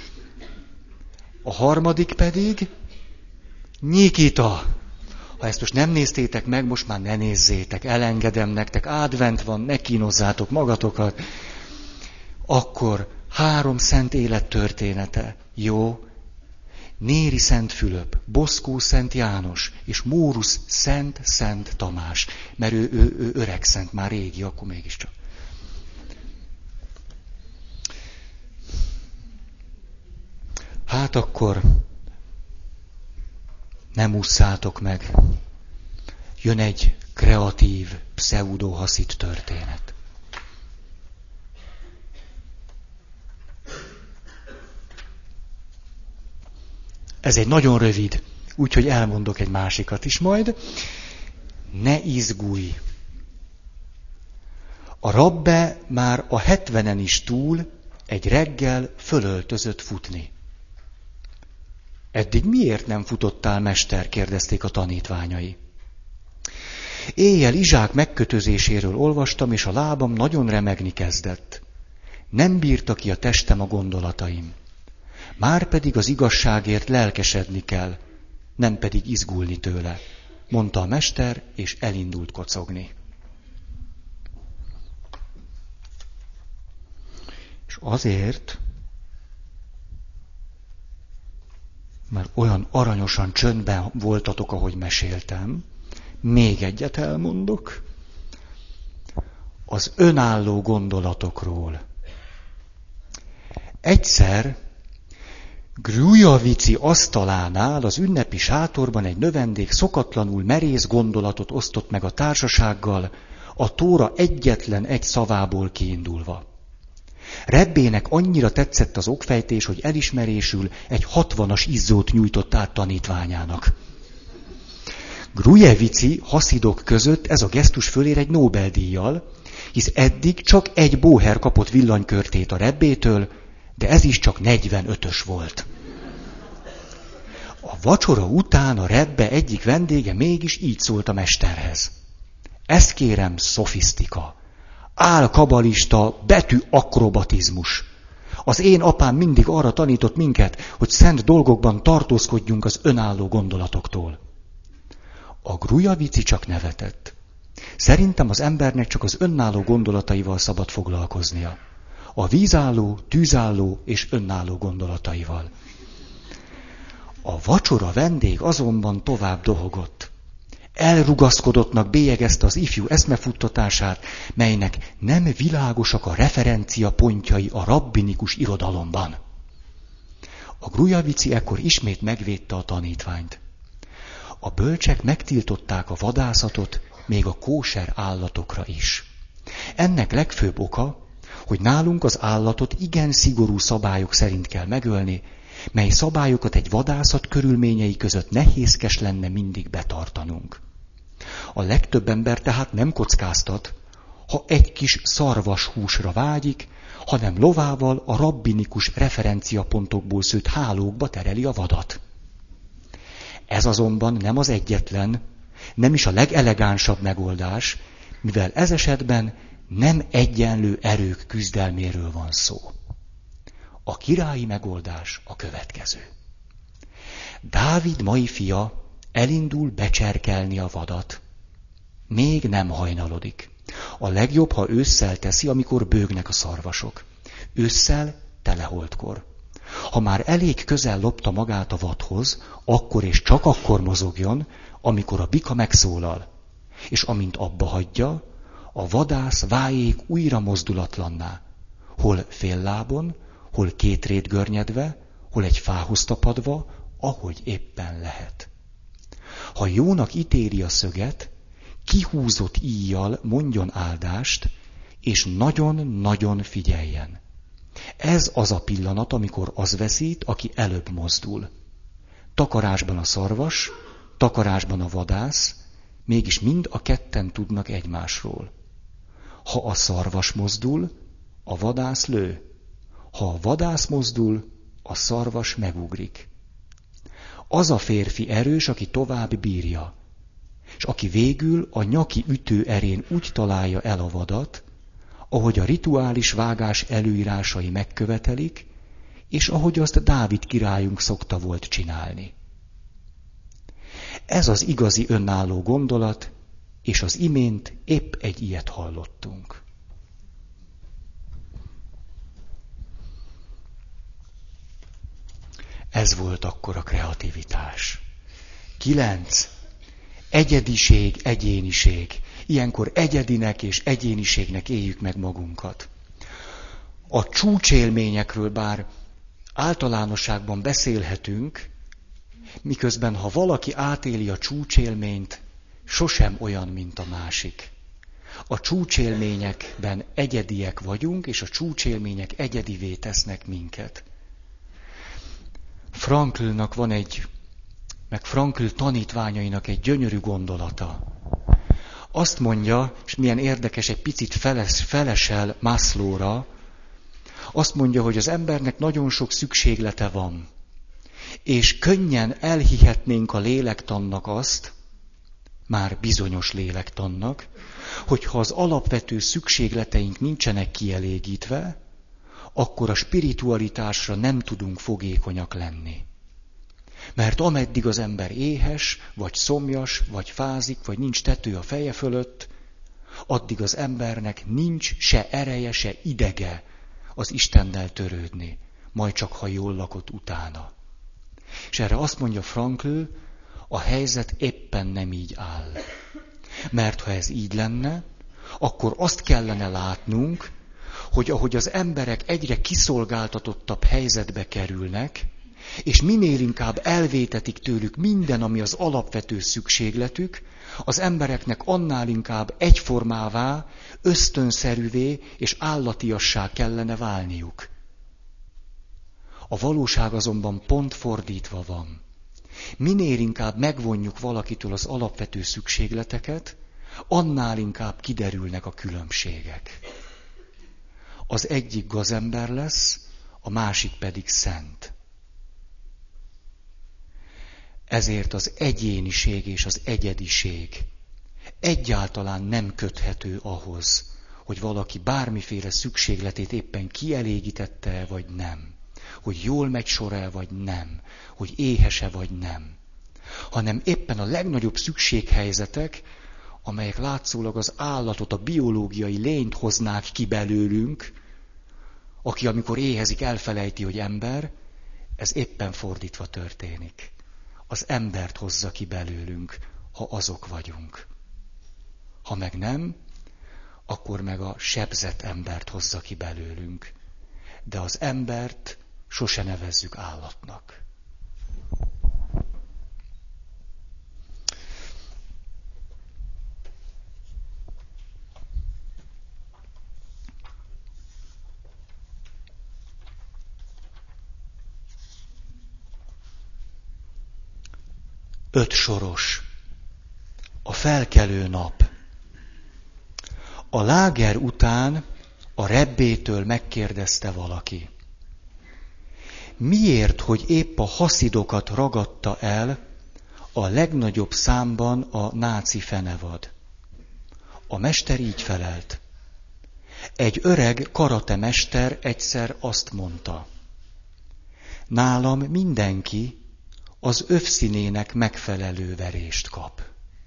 A harmadik pedig Nyikita. Ha ezt most nem néztétek meg, most már ne nézzétek, elengedem nektek, advent van, ne kínozzátok magatokat. Akkor három szent élet története. Jó? Néri Szent Fülöp, Boszkó Szent János és Mórusz Szent Szent Tamás. Mert ő, ő, ő öreg szent, már régi, akkor mégiscsak. Hát akkor nem ússzátok meg. Jön egy kreatív, pseudo-haszit történet. Ez egy nagyon rövid, úgyhogy elmondok egy másikat is majd. Ne izgulj! A rabbe már a hetvenen is túl egy reggel fölöltözött futni. Eddig miért nem futottál, mester? Kérdezték a tanítványai. Éjjel Izsák megkötözéséről olvastam, és a lábam nagyon remegni kezdett. Nem bírta ki a testem a gondolataim. Márpedig az igazságért lelkesedni kell, nem pedig izgulni tőle, mondta a mester, és elindult kocogni. És azért, mert olyan aranyosan csöndben voltatok, ahogy meséltem, még egyet elmondok, az önálló gondolatokról. Egyszer Grujevici asztalánál az ünnepi sátorban egy növendék szokatlanul merész gondolatot osztott meg a társasággal, a Tóra egyetlen egy szavából kiindulva. Rebbének annyira tetszett az okfejtés, hogy elismerésül egy hatvanas izzót nyújtott át tanítványának. Grujevici haszidok között ez a gesztus fölér egy Nobel-díjjal, hisz eddig csak egy bóher kapott villanykörtét a Rebbétől, de ez is csak negyvenötös volt. A vacsora után a Rebbe egyik vendége mégis így szólt a mesterhez. Ezt kérem, szofisztika, álkabalista, betű akrobatizmus. Az én apám mindig arra tanított minket, hogy szent dolgokban tartózkodjunk az önálló gondolatoktól. A Grujevici csak nevetett. Szerintem az embernek csak az önálló gondolataival szabad foglalkoznia. A vízálló, tűzálló és önálló gondolataival. A vacsora vendég azonban tovább dohogott. Elrugaszkodottnak bélyegezte az ifjú eszmefuttatását, melynek nem világosak a referencia pontjai a rabbinikus irodalomban. A Grujevici ekkor ismét megvédte a tanítványt. A bölcsek megtiltották a vadászatot, még a kóser állatokra is. Ennek legfőbb oka, hogy nálunk az állatot igen szigorú szabályok szerint kell megölni, mely szabályokat egy vadászat körülményei között nehézkes lenne mindig betartanunk. A legtöbb ember tehát nem kockáztat, ha egy kis szarvas húsra vágyik, hanem lovával a rabbinikus referenciapontokból szőtt hálókba tereli a vadat. Ez azonban nem az egyetlen, nem is a legelegánsabb megoldás, mivel ez esetben nem egyenlő erők küzdelméről van szó. A királyi megoldás a következő. Dávid mai fia elindul becserkelni a vadat. Még nem hajnalodik. A legjobb, ha ősszel teszi, amikor bőgnek a szarvasok. Ősszel teleholtkor. Ha már elég közel lopta magát a vadhoz, akkor és csak akkor mozogjon, amikor a bika megszólal. És amint abba hagyja, a vadász váljék újra mozdulatlanná. Hol féllábon, hol két rét görnyedve, hol egy fához tapadva, ahogy éppen lehet. Ha jónak ítéli a szöget, kihúzott íjjal mondjon áldást, és nagyon-nagyon figyeljen. Ez az a pillanat, amikor az veszít, aki előbb mozdul. Takarásban a szarvas, takarásban a vadász, mégis mind a ketten tudnak egymásról. Ha a szarvas mozdul, a vadász lő. Ha a vadász mozdul, a szarvas megugrik. Az a férfi erős, aki tovább bírja, és aki végül a nyaki ütő erén úgy találja el a vadat, ahogy a rituális vágás előírásai megkövetelik, és ahogy azt Dávid királyunk szokta volt csinálni. Ez az igazi önálló gondolat, és az imént épp egy ilyet hallottunk. Ez volt akkor a kreativitás. Kilenc. Egyediség, egyéniség. Ilyenkor egyedinek és egyéniségnek éljük meg magunkat. A csúcsélményekről bár általánosságban beszélhetünk, miközben ha valaki átéli a csúcsélményt, sosem olyan, mint a másik. A csúcsélményekben egyediek vagyunk, és a csúcsélmények egyedivé tesznek minket. Franklnak van egy, meg Frankl tanítványainak egy gyönyörű gondolata. Azt mondja, és milyen érdekes, egy picit feles, felesel Maslowra, azt mondja, hogy az embernek nagyon sok szükséglete van. És könnyen elhihetnénk a lélektannak azt, már bizonyos lélektannak, hogyha az alapvető szükségleteink nincsenek kielégítve, akkor a spiritualitásra nem tudunk fogékonyak lenni. Mert ameddig az ember éhes, vagy szomjas, vagy fázik, vagy nincs tető a feje fölött, addig az embernek nincs se ereje, se idege az Istennel törődni, majd csak ha jól lakott utána. És erre azt mondja Frankl, a helyzet éppen nem így áll. Mert ha ez így lenne, akkor azt kellene látnunk, hogy ahogy az emberek egyre kiszolgáltatottabb helyzetbe kerülnek, és minél inkább elvétetik tőlük minden, ami az alapvető szükségletük, az embereknek annál inkább egyformává, ösztönszerűvé és állatiassá kellene válniuk. A valóság azonban pont fordítva van. Minél inkább megvonjuk valakitől az alapvető szükségleteket, annál inkább kiderülnek a különbségek. Az egyik gazember lesz, a másik pedig szent. Ezért az egyéniség és az egyediség egyáltalán nem köthető ahhoz, hogy valaki bármiféle szükségletét éppen kielégítette, vagy nem. Hogy jól megy sor-e, vagy nem. Hogy éhes-e, vagy nem. Hanem éppen a legnagyobb szükséghelyzetek, amelyek látszólag az állatot, a biológiai lényt hoznák ki belőlünk, aki amikor éhezik elfelejti, hogy ember, ez éppen fordítva történik. Az embert hozza ki belőlünk, ha azok vagyunk. Ha meg nem, akkor meg a sebzett embert hozza ki belőlünk. De az embert sose nevezzük állatnak. Öt soros. A felkelő nap. A láger után a rebbétől megkérdezte valaki. Miért, hogy épp a haszidokat ragadta el a legnagyobb számban a náci fenevad? A mester így felelt. Egy öreg karate mester egyszer azt mondta. Nálam mindenki az övszínének megfelelő verést kap.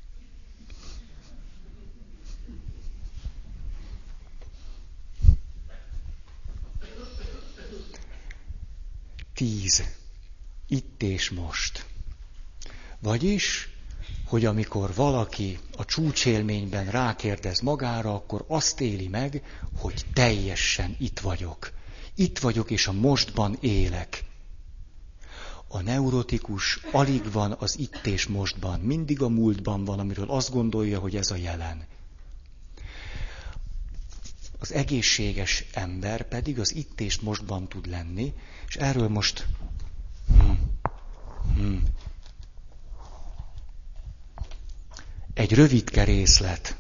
Tíz. Itt és most. Vagyis, hogy amikor valaki a csúcsélményben rákérdez magára, akkor azt éli meg, hogy teljesen itt vagyok. Itt vagyok, és a mostban élek. A neurotikus alig van az itt és mostban, mindig a múltban van, amiről azt gondolja, hogy ez a jelen. Az egészséges ember pedig az itt és mostban tud lenni, és erről most... Hmm, hmm. Egy rövidke részlet.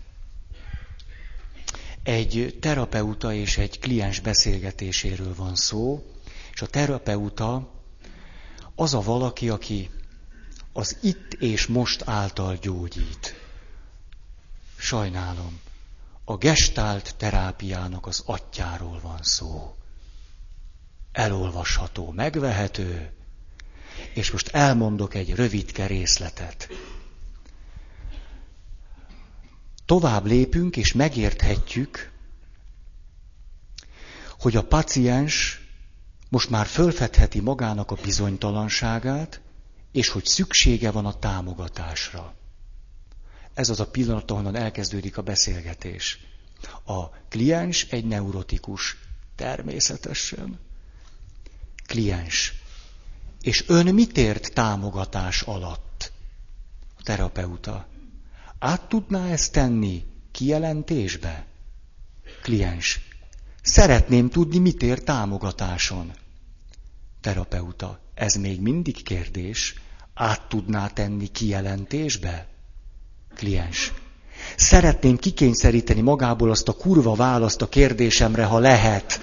Egy terapeuta és egy kliens beszélgetéséről van szó, és a terapeuta az a valaki, aki az itt és most által gyógyít. Sajnálom, a gestált terápiának az atyjáról van szó. Elolvasható, megvehető, és most elmondok egy rövidke részletet. Tovább lépünk, és megérthetjük, hogy a paciens most már fölfedheti magának a bizonytalanságát, és hogy szüksége van a támogatásra. Ez az a pillanat, ahonnan elkezdődik a beszélgetés. A kliens egy neurotikus, természetesen. Kliens. És ön mit ért támogatás alatt? A terapeuta. Át tudná ezt tenni kijelentésbe? Kliens. Szeretném tudni, mit ér támogatáson. Terapeuta. Ez még mindig kérdés. Át tudná tenni kijelentésbe? Kliens. Szeretném kikényszeríteni magából azt a kurva választ a kérdésemre, ha lehet.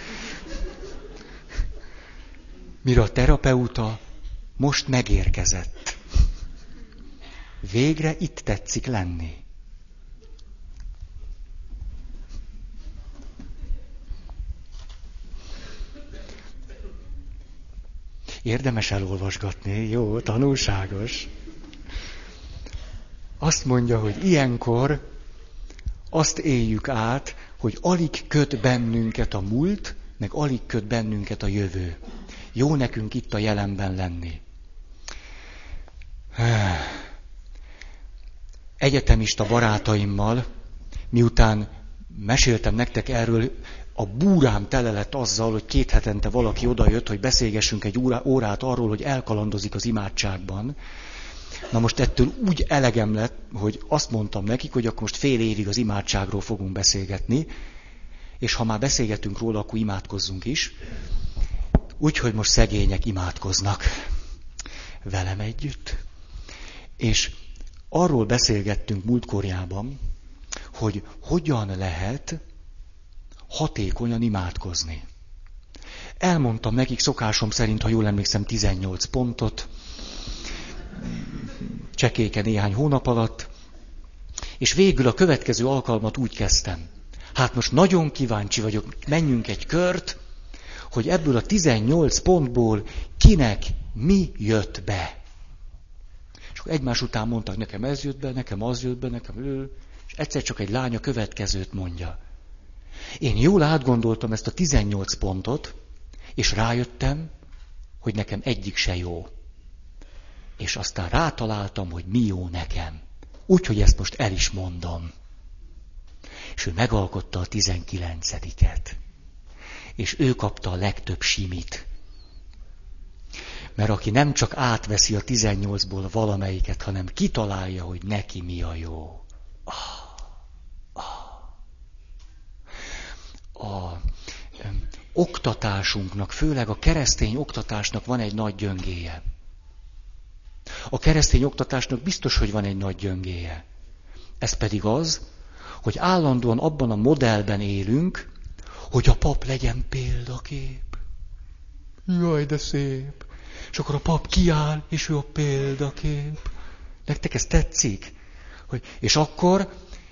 Mire a terapeuta most megérkezett. Végre itt tetszik lenni. Érdemes elolvasgatni, jó, tanulságos. Azt mondja, hogy ilyenkor azt éljük át, hogy alig köt bennünket a múlt, meg alig köt bennünket a jövő. Jó nekünk itt a jelenben lenni. Egyetemista barátaimmal, miután meséltem nektek erről, a búrám tele lett azzal, hogy két hetente valaki odajött, hogy beszélgessünk egy órát arról, hogy elkalandozik az imádságban. Na most ettől úgy elegem lett, hogy azt mondtam nekik, hogy akkor most fél évig az imádságról fogunk beszélgetni, és ha már beszélgetünk róla, akkor imádkozzunk is. Úgyhogy most szegények imádkoznak velem együtt. És arról beszélgettünk múltkorjában, hogy hogyan lehet hatékonyan imádkozni. Elmondtam nekik szokásom szerint, ha jól emlékszem, tizennyolc pontot, csekéke néhány hónap alatt, és végül a következő alkalmat úgy kezdtem. Hát most nagyon kíváncsi vagyok, menjünk egy kört, hogy ebből a tizennyolc pontból kinek mi jött be. És akkor egymás után mondtak, nekem ez jött be, nekem az jött be, nekem ő, és egyszer csak egy lány a következőt mondja. Én jól átgondoltam ezt a tizennyolc pontot, és rájöttem, hogy nekem egyik se jó. És aztán rátaláltam, hogy mi jó nekem. Úgyhogy ezt most el is mondom. És ő megalkotta a tizenkilencediket. És ő kapta a legtöbb simit. Mert aki nem csak átveszi a tizennyolcból valamelyiket, hanem kitalálja, hogy neki mi a jó. Ah, ah. A ö, oktatásunknak, főleg a keresztény oktatásnak van egy nagy gyöngéje. A keresztény oktatásnak biztos, hogy van egy nagy gyöngéje. Ez pedig az, hogy állandóan abban a modellben élünk, hogy a pap legyen példakép. Jaj, de szép. És akkor a pap kiáll, és ő a példakép. Nektek ez tetszik? Hogy, és akkor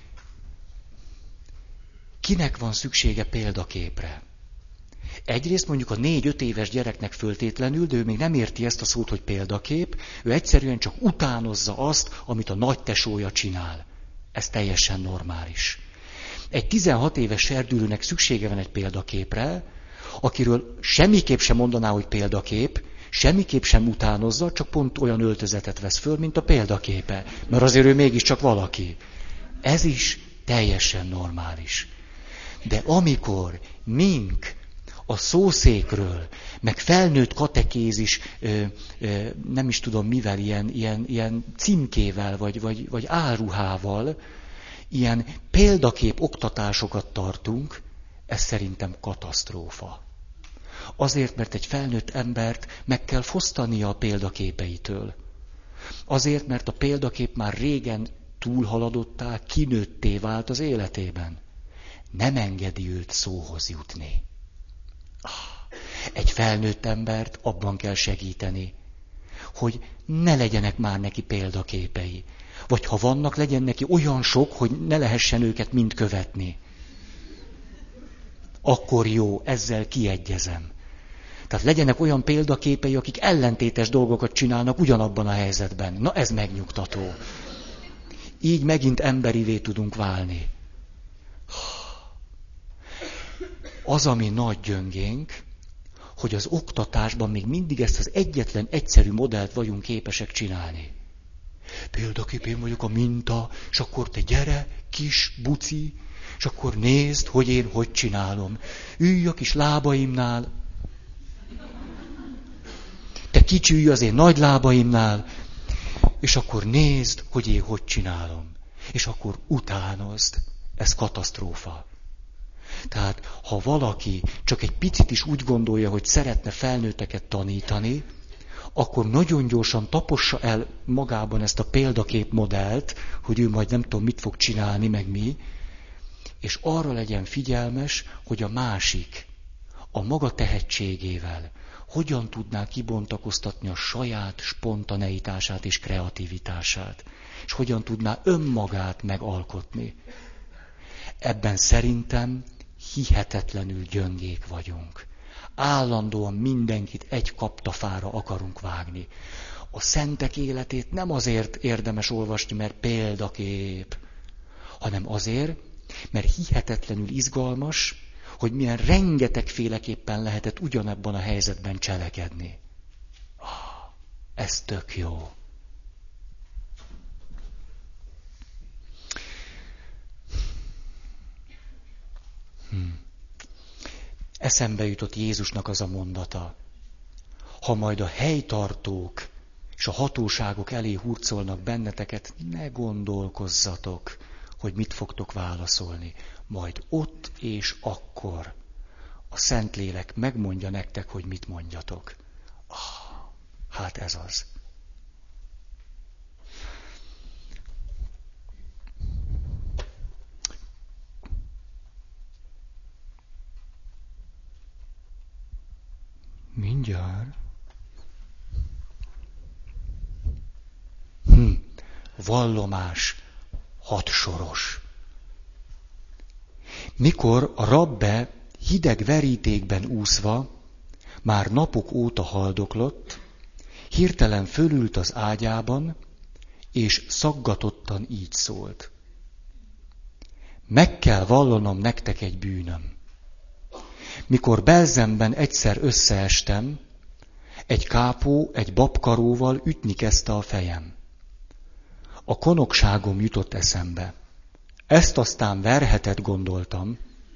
kinek van szüksége példaképre? Egyrészt mondjuk a négy-öt éves gyereknek föltétlenül, de ő még nem érti ezt a szót, hogy példakép, ő egyszerűen csak utánozza azt, amit a nagy tesója csinál. Ez teljesen normális. Egy tizenhat éves serdülőnek szüksége van egy példaképre, akiről semmiképp sem mondaná, hogy példakép, semmiképp sem utánozza, csak pont olyan öltözetet vesz föl, mint a példaképe. Mert azért ő mégiscsak valaki. Ez is teljesen normális. De amikor mink a szószékről, meg felnőtt katekézis, ö, ö, nem is tudom mivel, ilyen, ilyen, ilyen címkével, vagy, vagy, vagy áruhával, ilyen példakép oktatásokat tartunk, ez szerintem katasztrófa. Azért, mert egy felnőtt embert meg kell fosztania a példaképeitől. Azért, mert a példakép már régen túlhaladottá, kinőtté vált az életében. Nem engedi őt szóhoz jutni. Egy felnőtt embert abban kell segíteni, hogy ne legyenek már neki példaképei. Vagy ha vannak, legyen neki olyan sok, hogy ne lehessen őket mind követni. Akkor jó, ezzel kiegyezem. Tehát legyenek olyan példaképei, akik ellentétes dolgokat csinálnak ugyanabban a helyzetben. Na ez megnyugtató. Így megint emberivé tudunk válni. Az, ami nagy gyöngénk, hogy az oktatásban még mindig ezt az egyetlen egyszerű modellt vagyunk képesek csinálni. Példakép, én vagyok a minta, és akkor te gyere, kis buci, és akkor nézd, hogy én hogy csinálom. Ülj a kis lábaimnál, te kicsi ülj az én nagy lábaimnál, és akkor nézd, hogy én hogy csinálom. És akkor utánozd. Ez katasztrófa. Tehát, ha valaki csak egy picit is úgy gondolja, hogy szeretne felnőtteket tanítani, akkor nagyon gyorsan tapossa el magában ezt a példakép modellt, hogy ő majd nem tudom mit fog csinálni, meg mi, és arra legyen figyelmes, hogy a másik a maga tehetségével hogyan tudná kibontakoztatni a saját spontaneitását és kreativitását, és hogyan tudná önmagát megalkotni. Ebben szerintem hihetetlenül gyöngék vagyunk. Állandóan mindenkit egy kaptafára akarunk vágni. A szentek életét nem azért érdemes olvasni, mert példakép, hanem azért, mert hihetetlenül izgalmas, hogy milyen rengetegféleképpen lehetett ugyanebben a helyzetben cselekedni. Ah, ez tök jó. Hm. Eszembe jutott Jézusnak az a mondata. Ha majd a helytartók és a hatóságok elé hurcolnak benneteket, ne gondolkozzatok, hogy mit fogtok válaszolni. Majd ott és akkor a Szentlélek megmondja nektek, hogy mit mondjatok. Ah, hát ez az. Mindjárt. Hm. Vallomás hatsoros. Mikor a rabbe hideg verítékben úszva, már napok óta haldoklott, hirtelen fölült az ágyában, és szaggatottan így szólt. Meg kell vallanom nektek egy bűnöm. Mikor Belzemben egyszer összeestem, egy kápó egy babkaróval ütni kezdte a fejem. A konokságom jutott eszembe. Ezt aztán verhetet gondoltam,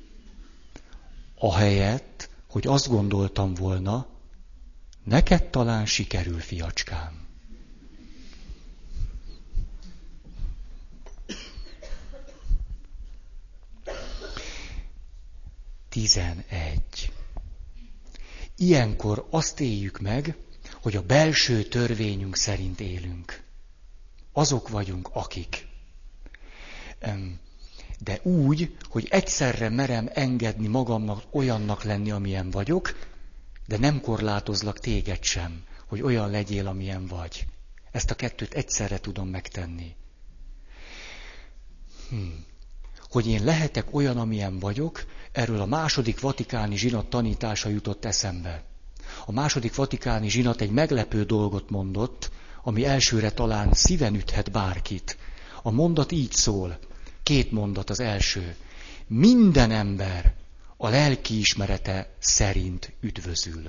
ahelyett, hogy azt gondoltam volna, neked talán sikerül, fiacskám. Tizenegy. Ilyenkor azt éljük meg, hogy a belső törvényünk szerint élünk. Azok vagyunk, akik. De úgy, hogy egyszerre merem engedni magamnak olyannak lenni, amilyen vagyok, de nem korlátozlak téged sem, hogy olyan legyél, amilyen vagy. Ezt a kettőt egyszerre tudom megtenni. Hm. Hogy én lehetek olyan, amilyen vagyok, erről a második vatikáni zsinat tanítása jutott eszembe. A második vatikáni zsinat egy meglepő dolgot mondott, ami elsőre talán szíven üthet bárkit. A mondat így szól. Két mondat az első. Minden ember a lelkiismerete szerint üdvözül.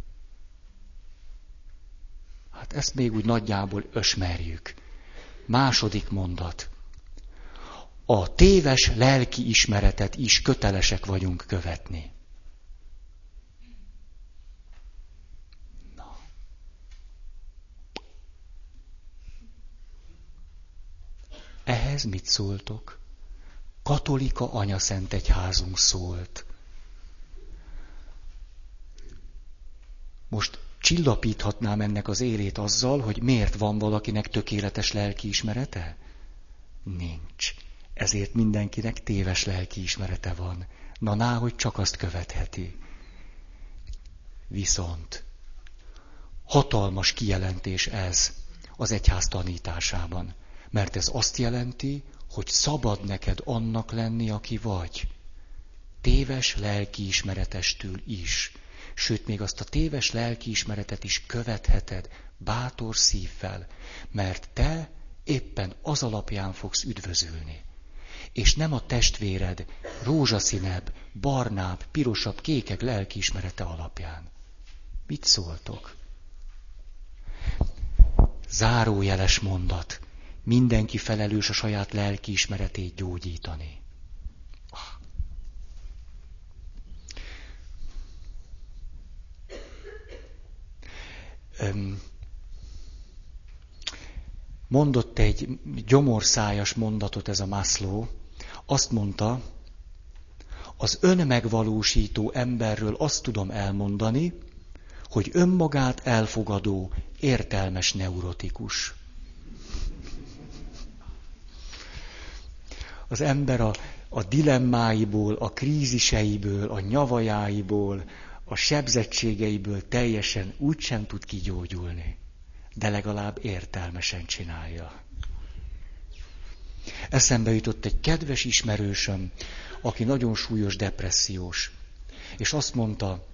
Hát ezt még úgy nagyjából ösmerjük. Második mondat. A téves lelkiismeretet is kötelesek vagyunk követni. Na. Ehhez mit szóltok? Katolika anyaszentegyházunk szólt. Most csillapíthatnám ennek az élét azzal, hogy miért van valakinek tökéletes lelkiismerete? Nincs. Ezért mindenkinek téves lelkiismerete van. Na, ná, hogy csak azt követheti. Viszont hatalmas kijelentés ez az egyház tanításában. Mert ez azt jelenti, hogy szabad neked annak lenni, aki vagy. Téves lelkiismeretestől is. Sőt, még azt a téves lelkiismeretet is követheted bátor szívvel, mert te éppen az alapján fogsz üdvözülni. És nem a testvéred rózsaszínebb, barnább, pirosabb, kékebb lelkiismerete alapján. Mit szóltok? Zárójeles mondat. Mindenki felelős a saját lelkiismeretét gyógyítani. Mondott egy gyomorszájas mondatot ez a Maslow. Azt mondta, az önmegvalósító emberről azt tudom elmondani, hogy önmagát elfogadó, értelmes neurotikus. Az ember a, a dilemmáiból, a kríziseiből, a nyavajáiból, a sebzettségeiből teljesen úgysem tud kigyógyulni, de legalább értelmesen csinálja. Eszembe jutott egy kedves ismerősöm, aki nagyon súlyos depressziós, és azt mondta,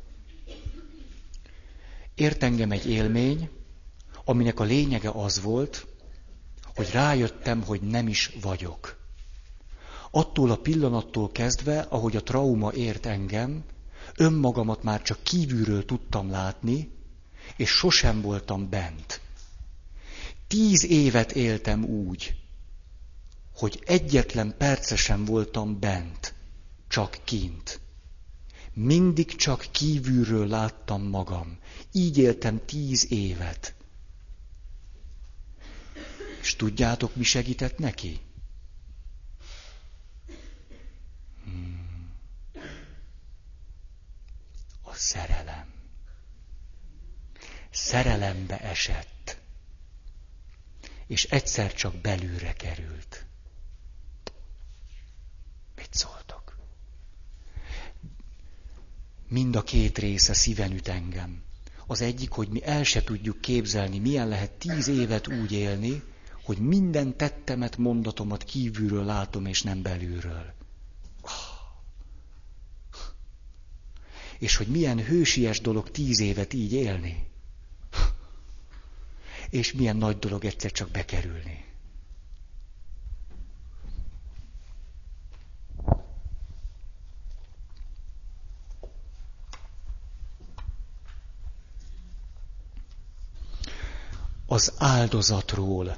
ért engem egy élmény, aminek a lényege az volt, hogy rájöttem, hogy nem is vagyok. Attól a pillanattól kezdve, ahogy a trauma ért engem, önmagamat már csak kívülről tudtam látni, és sosem voltam bent. Tíz évet éltem úgy, hogy egyetlen percesen voltam bent, csak kint. Mindig csak kívülről láttam magam. Így éltem tíz évet. És tudjátok, mi segített neki? Hmm. A szerelem. Szerelembe esett. És egyszer csak belülre került. Mit szóltok? Mind a két része szíven üt engem. Az egyik, hogy mi el se tudjuk képzelni, milyen lehet tíz évet úgy élni, hogy minden tettemet, mondatomat kívülről látom, és nem belülről. És hogy milyen hősies dolog tíz évet így élni. És milyen nagy dolog egyszer csak bekerülni. Az áldozatról.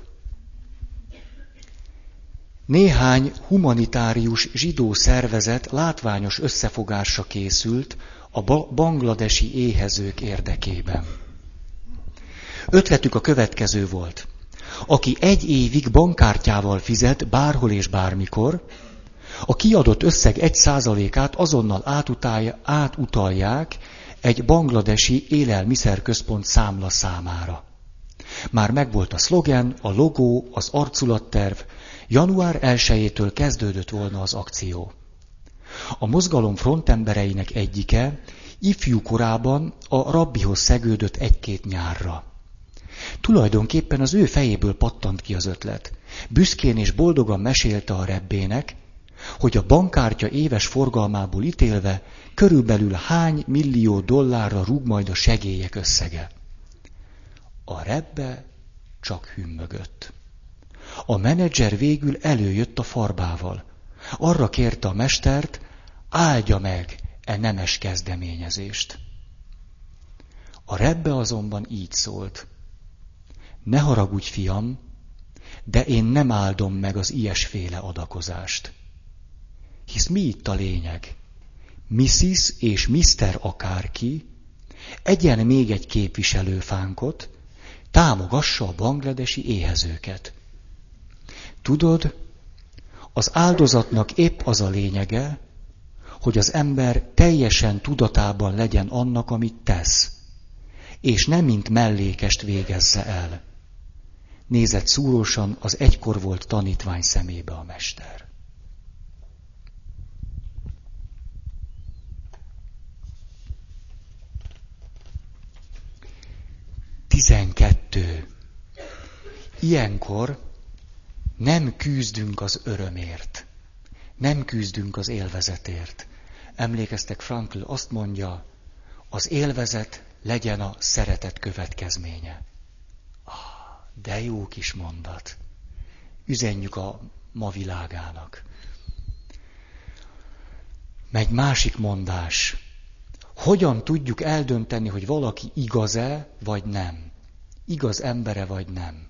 Néhány humanitárius zsidó szervezet látványos összefogásra készült a bangladesi éhezők érdekében. Ötletük a következő volt. Aki egy évig bankkártyával fizet bárhol és bármikor, a kiadott összeg egy százalékát azonnal átutalják egy bangladesi élelmiszerközpont számla számára. Már megvolt a szlogen, a logó, az arculatterv. január elsejétől kezdődött volna az akció. A mozgalom frontembereinek egyike ifjú korában a rabbihoz szegődött egy-két nyárra. Tulajdonképpen az ő fejéből pattant ki az ötlet. Büszkén és boldogan mesélte a rebbének, hogy a bankkártya éves forgalmából ítélve körülbelül hány millió dollárra rúg majd a segélyek összege. A rebbe csak hümmögött. A menedzser végül előjött a farbával. Arra kérte a mestert, áldja meg e nemes kezdeményezést. A rebbe azonban így szólt. Ne haragudj, fiam, de én nem áldom meg az ilyesféle adakozást. Hisz mi itt a lényeg? missziz és miszter akárki egyen még egy képviselőfánkot, támogassa a bangladesi éhezőket. Tudod, az áldozatnak épp az a lényege, hogy az ember teljesen tudatában legyen annak, amit tesz, és nem mint mellékest végezze el. Nézett szúrósan az egykor volt tanítvány szemébe a mester. Tizenkettő. Ilyenkor nem küzdünk az örömért, nem küzdünk az élvezetért. Emlékeztek, Frankl azt mondja, az élvezet legyen a szeretet következménye. Ah, de jó kis mondat. Üzenjük a ma világának. Meg másik mondás. Hogyan tudjuk eldönteni, hogy valaki igaz-e, vagy nem? Igaz embere, vagy nem?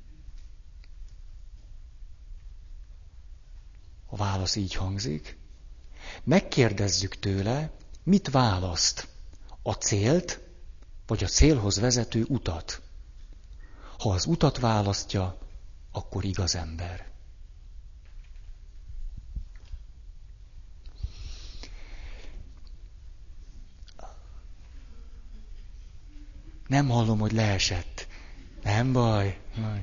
A válasz így hangzik. Megkérdezzük tőle, mit választ? A célt, vagy a célhoz vezető utat? Ha az utat választja, akkor igaz ember. Nem hallom, hogy leesett. Nem baj.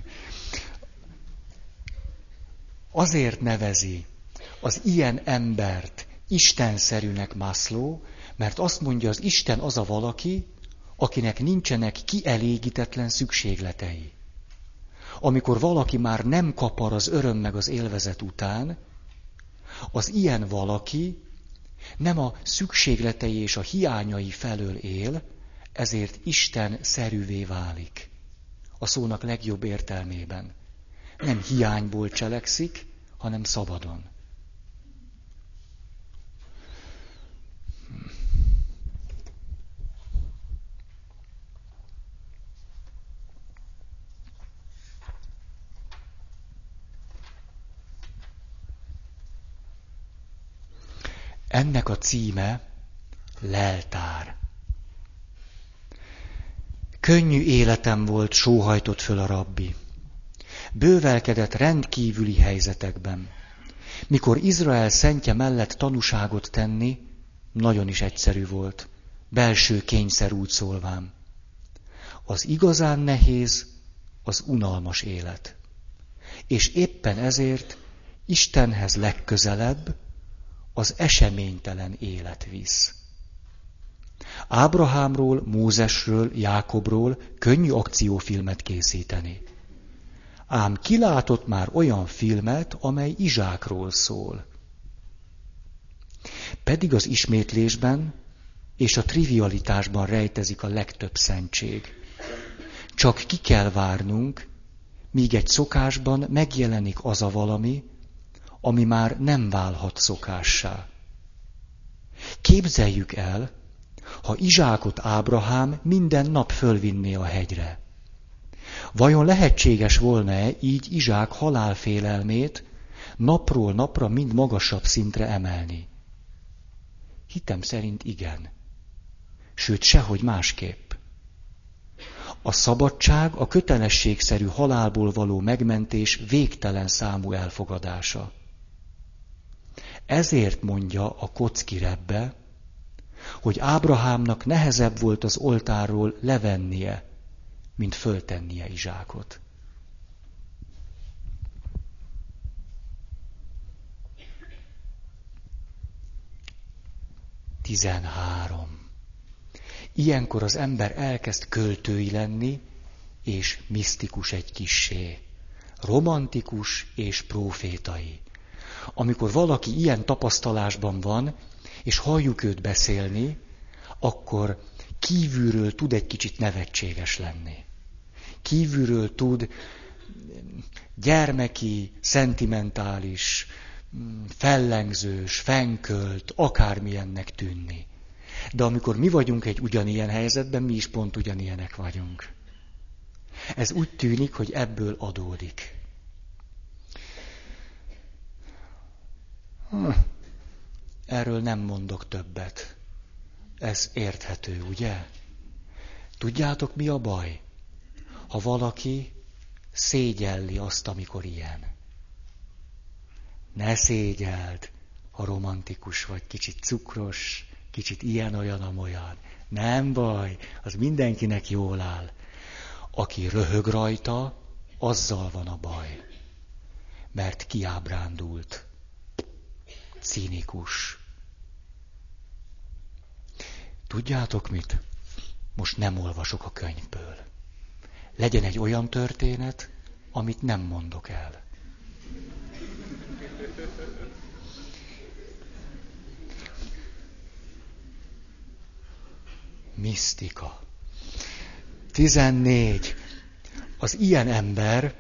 Azért nevezi az ilyen embert istenszerűnek Maslow, mert azt mondja, az Isten az a valaki, akinek nincsenek kielégítetlen szükségletei. Amikor valaki már nem kapar az öröm meg az élvezet után, az ilyen valaki nem a szükségletei és a hiányai felől él, ezért Isten szerűvé válik. A szónak legjobb értelmében. Nem hiányból cselekszik, hanem szabadon. Ennek a címe leltár. Könnyű életem volt, sóhajtott föl a rabbi. Bővelkedett rendkívüli helyzetekben. Mikor Izrael szentje mellett tanúságot tenni, nagyon is egyszerű volt, belső kényszer úgy szólván. Az igazán nehéz, az unalmas élet. És éppen ezért Istenhez legközelebb az eseménytelen élet visz. Ábrahámról, Mózesről, Jákobról könnyű akciófilmet készíteni. Ám kilátott már olyan filmet, amely Izsákról szól. Pedig az ismétlésben és a trivialitásban rejtezik a legtöbb szentség. Csak ki kell várnunk, míg egy szokásban megjelenik az a valami, ami már nem válhat szokássá. Képzeljük el, ha Izsákot Ábrahám minden nap fölvinné a hegyre. Vajon lehetséges volna-e így Izsák halálfélelmét napról napra mind magasabb szintre emelni? Hitem szerint igen. Sőt, sehogy másképp. A szabadság a kötelességszerű halálból való megmentés végtelen számú elfogadása. Ezért mondja a Kocki Rebbe, hogy Ábrahámnak nehezebb volt az oltárról levennie, mint föltennie Izsákot. Tizenhárom. Ilyenkor az ember elkezd költői lenni, és misztikus egy kissé. Romantikus és prófétai. Amikor valaki ilyen tapasztalásban van, és halljuk őt beszélni, akkor kívülről tud egy kicsit nevetséges lenni. Kívülről tud gyermeki, szentimentális, fellengzős, fenkölt, akármilyennek tűnni. De amikor mi vagyunk egy ugyanilyen helyzetben, mi is pont ugyanilyenek vagyunk. Ez úgy tűnik, hogy ebből adódik. Erről nem mondok többet. Ez érthető, ugye? Tudjátok, mi a baj? Ha valaki szégyelli azt, amikor ilyen. Ne szégyeld, ha romantikus vagy, kicsit cukros, kicsit ilyen-olyan-amolyan. Nem baj, az mindenkinek jól áll. Aki röhög rajta, azzal van a baj. Mert kiábrándult. Cinikus. Tudjátok mit? Most nem olvasok a könyvből. Legyen egy olyan történet, amit nem mondok el. Misztika. Tizennégy. Az ilyen ember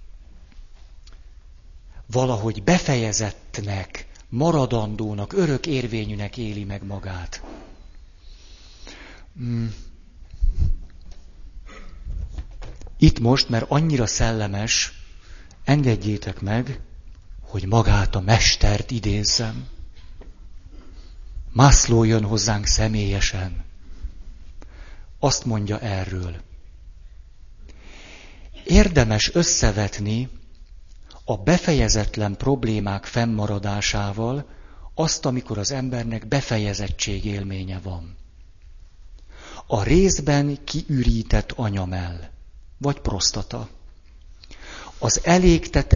valahogy befejezettnek, maradandónak, örök érvényűnek éli meg magát. Hmm. Itt most, mert annyira szellemes, engedjétek meg, hogy magát a mestert idézzem. Maslow jön hozzánk személyesen. Azt mondja erről. Érdemes összevetni a befejezetlen problémák fennmaradásával azt, amikor az embernek befejezettség élménye van. A részben kiürített anyamell, vagy prostata. Az elégtet...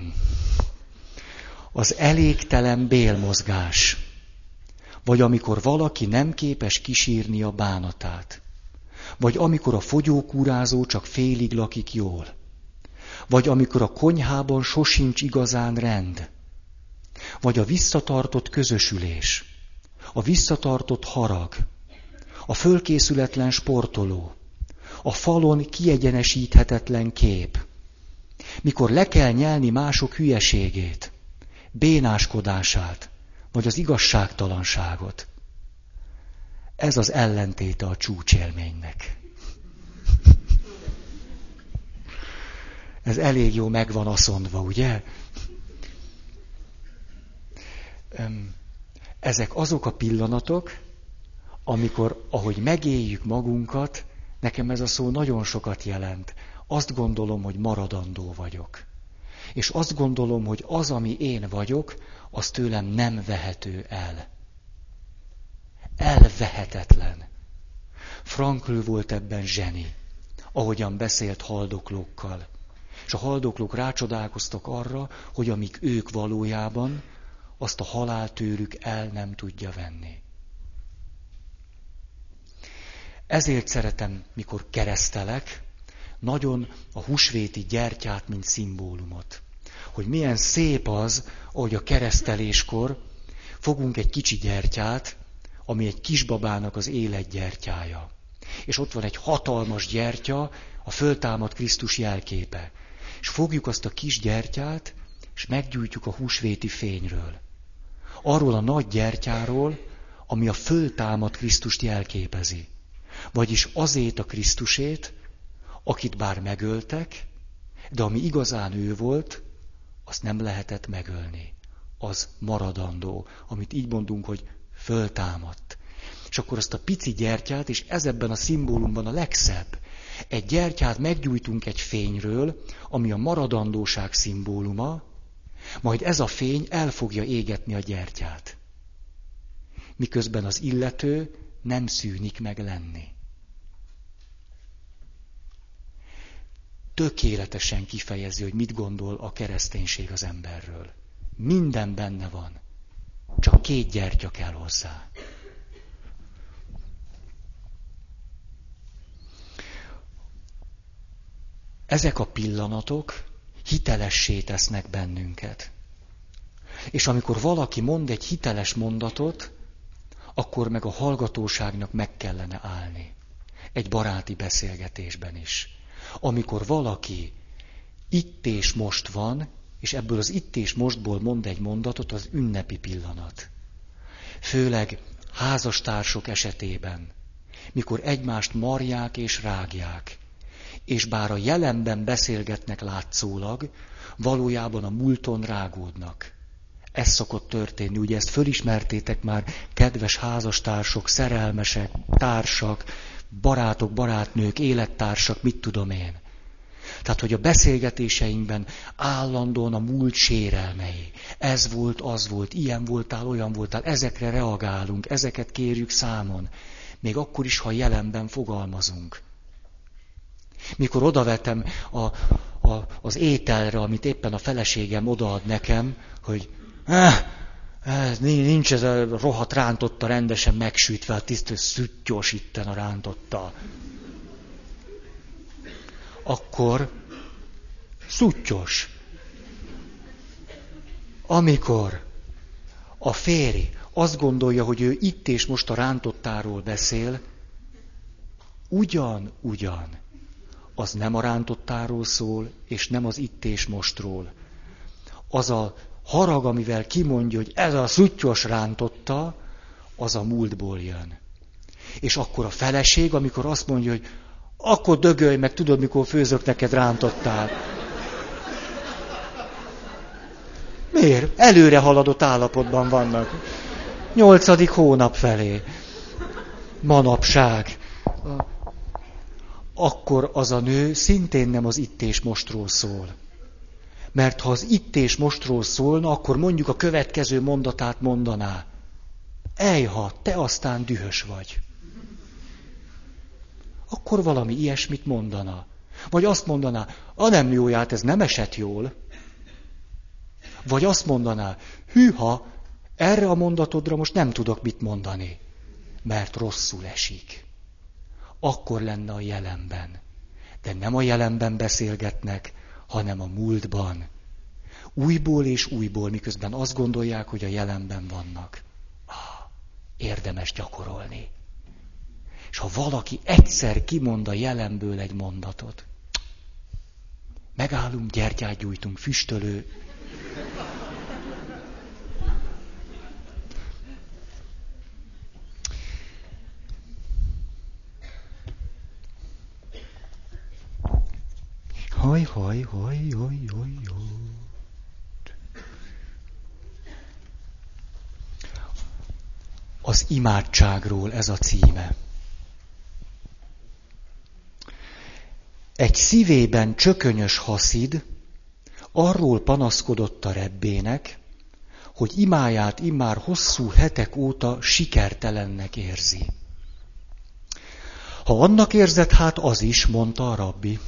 Az elégtelen bélmozgás, vagy amikor valaki nem képes kisírni a bánatát, vagy amikor a fogyókúrázó csak félig lakik jól, vagy amikor a konyhában sosincs igazán rend, vagy a visszatartott közösülés, a visszatartott harag, a fölkészületlen sportoló, a falon kiegyenesíthetetlen kép, mikor le kell nyelni mások hülyeségét, bénáskodását, vagy az igazságtalanságot. Ez az ellentéte a csúcsélménynek. Ez elég jó megvan aszondva, ugye? Ezek azok a pillanatok, amikor, ahogy megéljük magunkat, nekem ez a szó nagyon sokat jelent. Azt gondolom, hogy maradandó vagyok. És azt gondolom, hogy az, ami én vagyok, az tőlem nem vehető el. Elvehetetlen. Frankl volt ebben zseni, ahogyan beszélt haldoklókkal. És a haldoklók rácsodálkoztak arra, hogy amik ők valójában, azt a halál tőlük el nem tudja venni. Ezért szeretem, mikor keresztelek, nagyon a húsvéti gyertyát, mint szimbólumot. Hogy milyen szép az, ahogy a kereszteléskor fogunk egy kicsi gyertyát, ami egy kisbabának az életgyertyája. És ott van egy hatalmas gyertya, a föltámadt Krisztus jelképe. És fogjuk azt a kis gyertyát, és meggyújtjuk a húsvéti fényről. Arról a nagy gyertyáról, ami a föltámadt Krisztust jelképezi. Vagyis azét a Krisztusét, akit bár megöltek, de ami igazán ő volt, azt nem lehetett megölni. Az maradandó, amit így mondunk, hogy föltámadt. És akkor azt a pici gyertyát, és ez ebben a szimbólumban a legszebb. Egy gyertyát meggyújtunk egy fényről, ami a maradandóság szimbóluma, majd ez a fény el fogja égetni a gyertyát. Miközben az illető nem szűnik meg lenni. Tökéletesen kifejezi, hogy mit gondol a kereszténység az emberről. Minden benne van. Csak két gyertya kell hozzá. Ezek a pillanatok hitelessé tesznek bennünket. És amikor valaki mond egy hiteles mondatot, akkor meg a hallgatóságnak meg kellene állni. Egy baráti beszélgetésben is. Amikor valaki itt és most van, és ebből az itt és mostból mond egy mondatot, az ünnepi pillanat. Főleg házastársok esetében, mikor egymást marják és rágják, és bár a jelenben beszélgetnek látszólag, valójában a múlton rágódnak. Ez szokott történni, ugye ezt fölismertétek már, kedves házastársok, szerelmesek, társak, barátok, barátnők, élettársak, mit tudom én. Tehát, hogy a beszélgetéseinkben állandóan a múlt sérelmei. Ez volt, az volt, ilyen voltál, olyan voltál, ezekre reagálunk, ezeket kérjük számon. Még akkor is, ha jelenben fogalmazunk. Mikor odavetem a, a, az ételre, amit éppen a feleségem odaad nekem, hogy eh, eh, nincs ez a rohadt rántotta rendesen megsütve, a tisztő szüttyos itten a rántotta. Akkor szuttyos. Amikor a férj azt gondolja, hogy ő itt és most a rántottáról beszél, ugyan, ugyan, az nem a rántottáról szól, és nem az itt és mostról. Az a harag, amivel kimondja, hogy ez a szuttyos rántotta, az a múltból jön. És akkor a feleség, amikor azt mondja, hogy akkor dögölj meg, tudod, mikor főzök neked rántottál. Miért? Előre haladott állapotban vannak. Nyolcadik hónap felé. Manapság. Akkor az a nő szintén nem az itt és mostról szól. Mert ha az itt és mostról szólna, akkor mondjuk a következő mondatát mondaná. Ejha, te aztán dühös vagy. akkor valami ilyesmit mondana. Vagy azt mondaná, a nem jóját, ez nem esett jól. Vagy azt mondaná, hűha, erre a mondatodra most nem tudok mit mondani, mert rosszul esik. Akkor lenne a jelenben. De nem a jelenben beszélgetnek, hanem a múltban. Újból és újból, miközben azt gondolják, hogy a jelenben vannak. Ah, érdemes gyakorolni. És ha valaki egyszer kimond a jelenből egy mondatot, megállunk, gyertyát gyújtunk, füstölő. Haj, haj, haj, haj, haj, haj. Az imádságról ez a címe. Egy szívében csökönyös haszid arról panaszkodott a rebbének, hogy imáját immár hosszú hetek óta sikertelennek érzi. Ha annak érzed, hát az is, mondta a rabbi.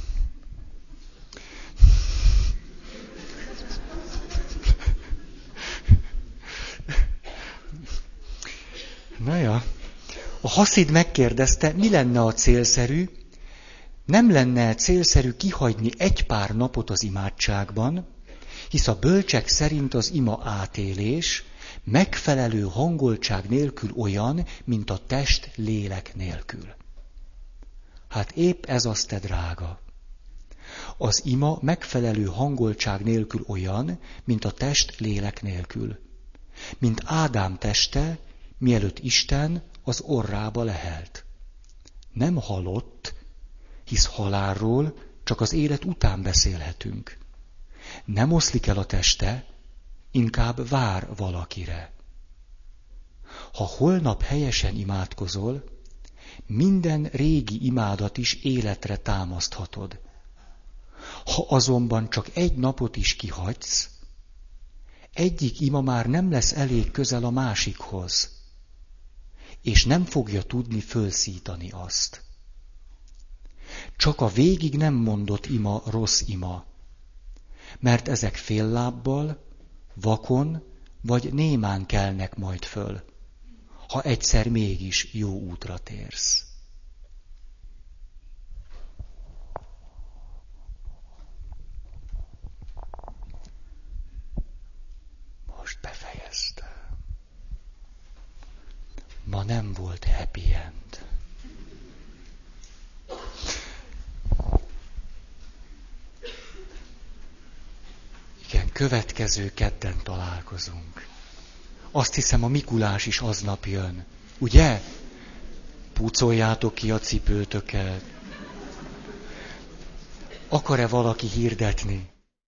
Na ja. A haszid megkérdezte, mi lenne a célszerű, nem lenne célszerű kihagyni egy pár napot az imádságban, hisz a bölcsek szerint az ima átélés megfelelő hangoltság nélkül olyan, mint a test lélek nélkül. Hát épp ez az, te drága. Az ima megfelelő hangoltság nélkül olyan, mint a test lélek nélkül. Mint Ádám teste, mielőtt Isten az orrába lehelt. Nem halott, hisz halálról csak az élet után beszélhetünk. Nem oszlik el a teste, inkább vár valakire. Ha holnap helyesen imádkozol, minden régi imádat is életre támaszthatod. Ha azonban csak egy napot is kihagysz, egyik ima már nem lesz elég közel a másikhoz, és nem fogja tudni fölszítani azt. Csak a végig nem mondott ima rossz ima, mert ezek féllábbal, vakon vagy némán kelnek majd föl, ha egyszer mégis jó útra térsz. Most befejeztem. Ma nem volt happy end. Igen, következő kedden találkozunk. Azt hiszem, a Mikulás is aznap jön. Ugye? Pucoljátok ki a cipőtöket. Akar-e valaki hirdetni?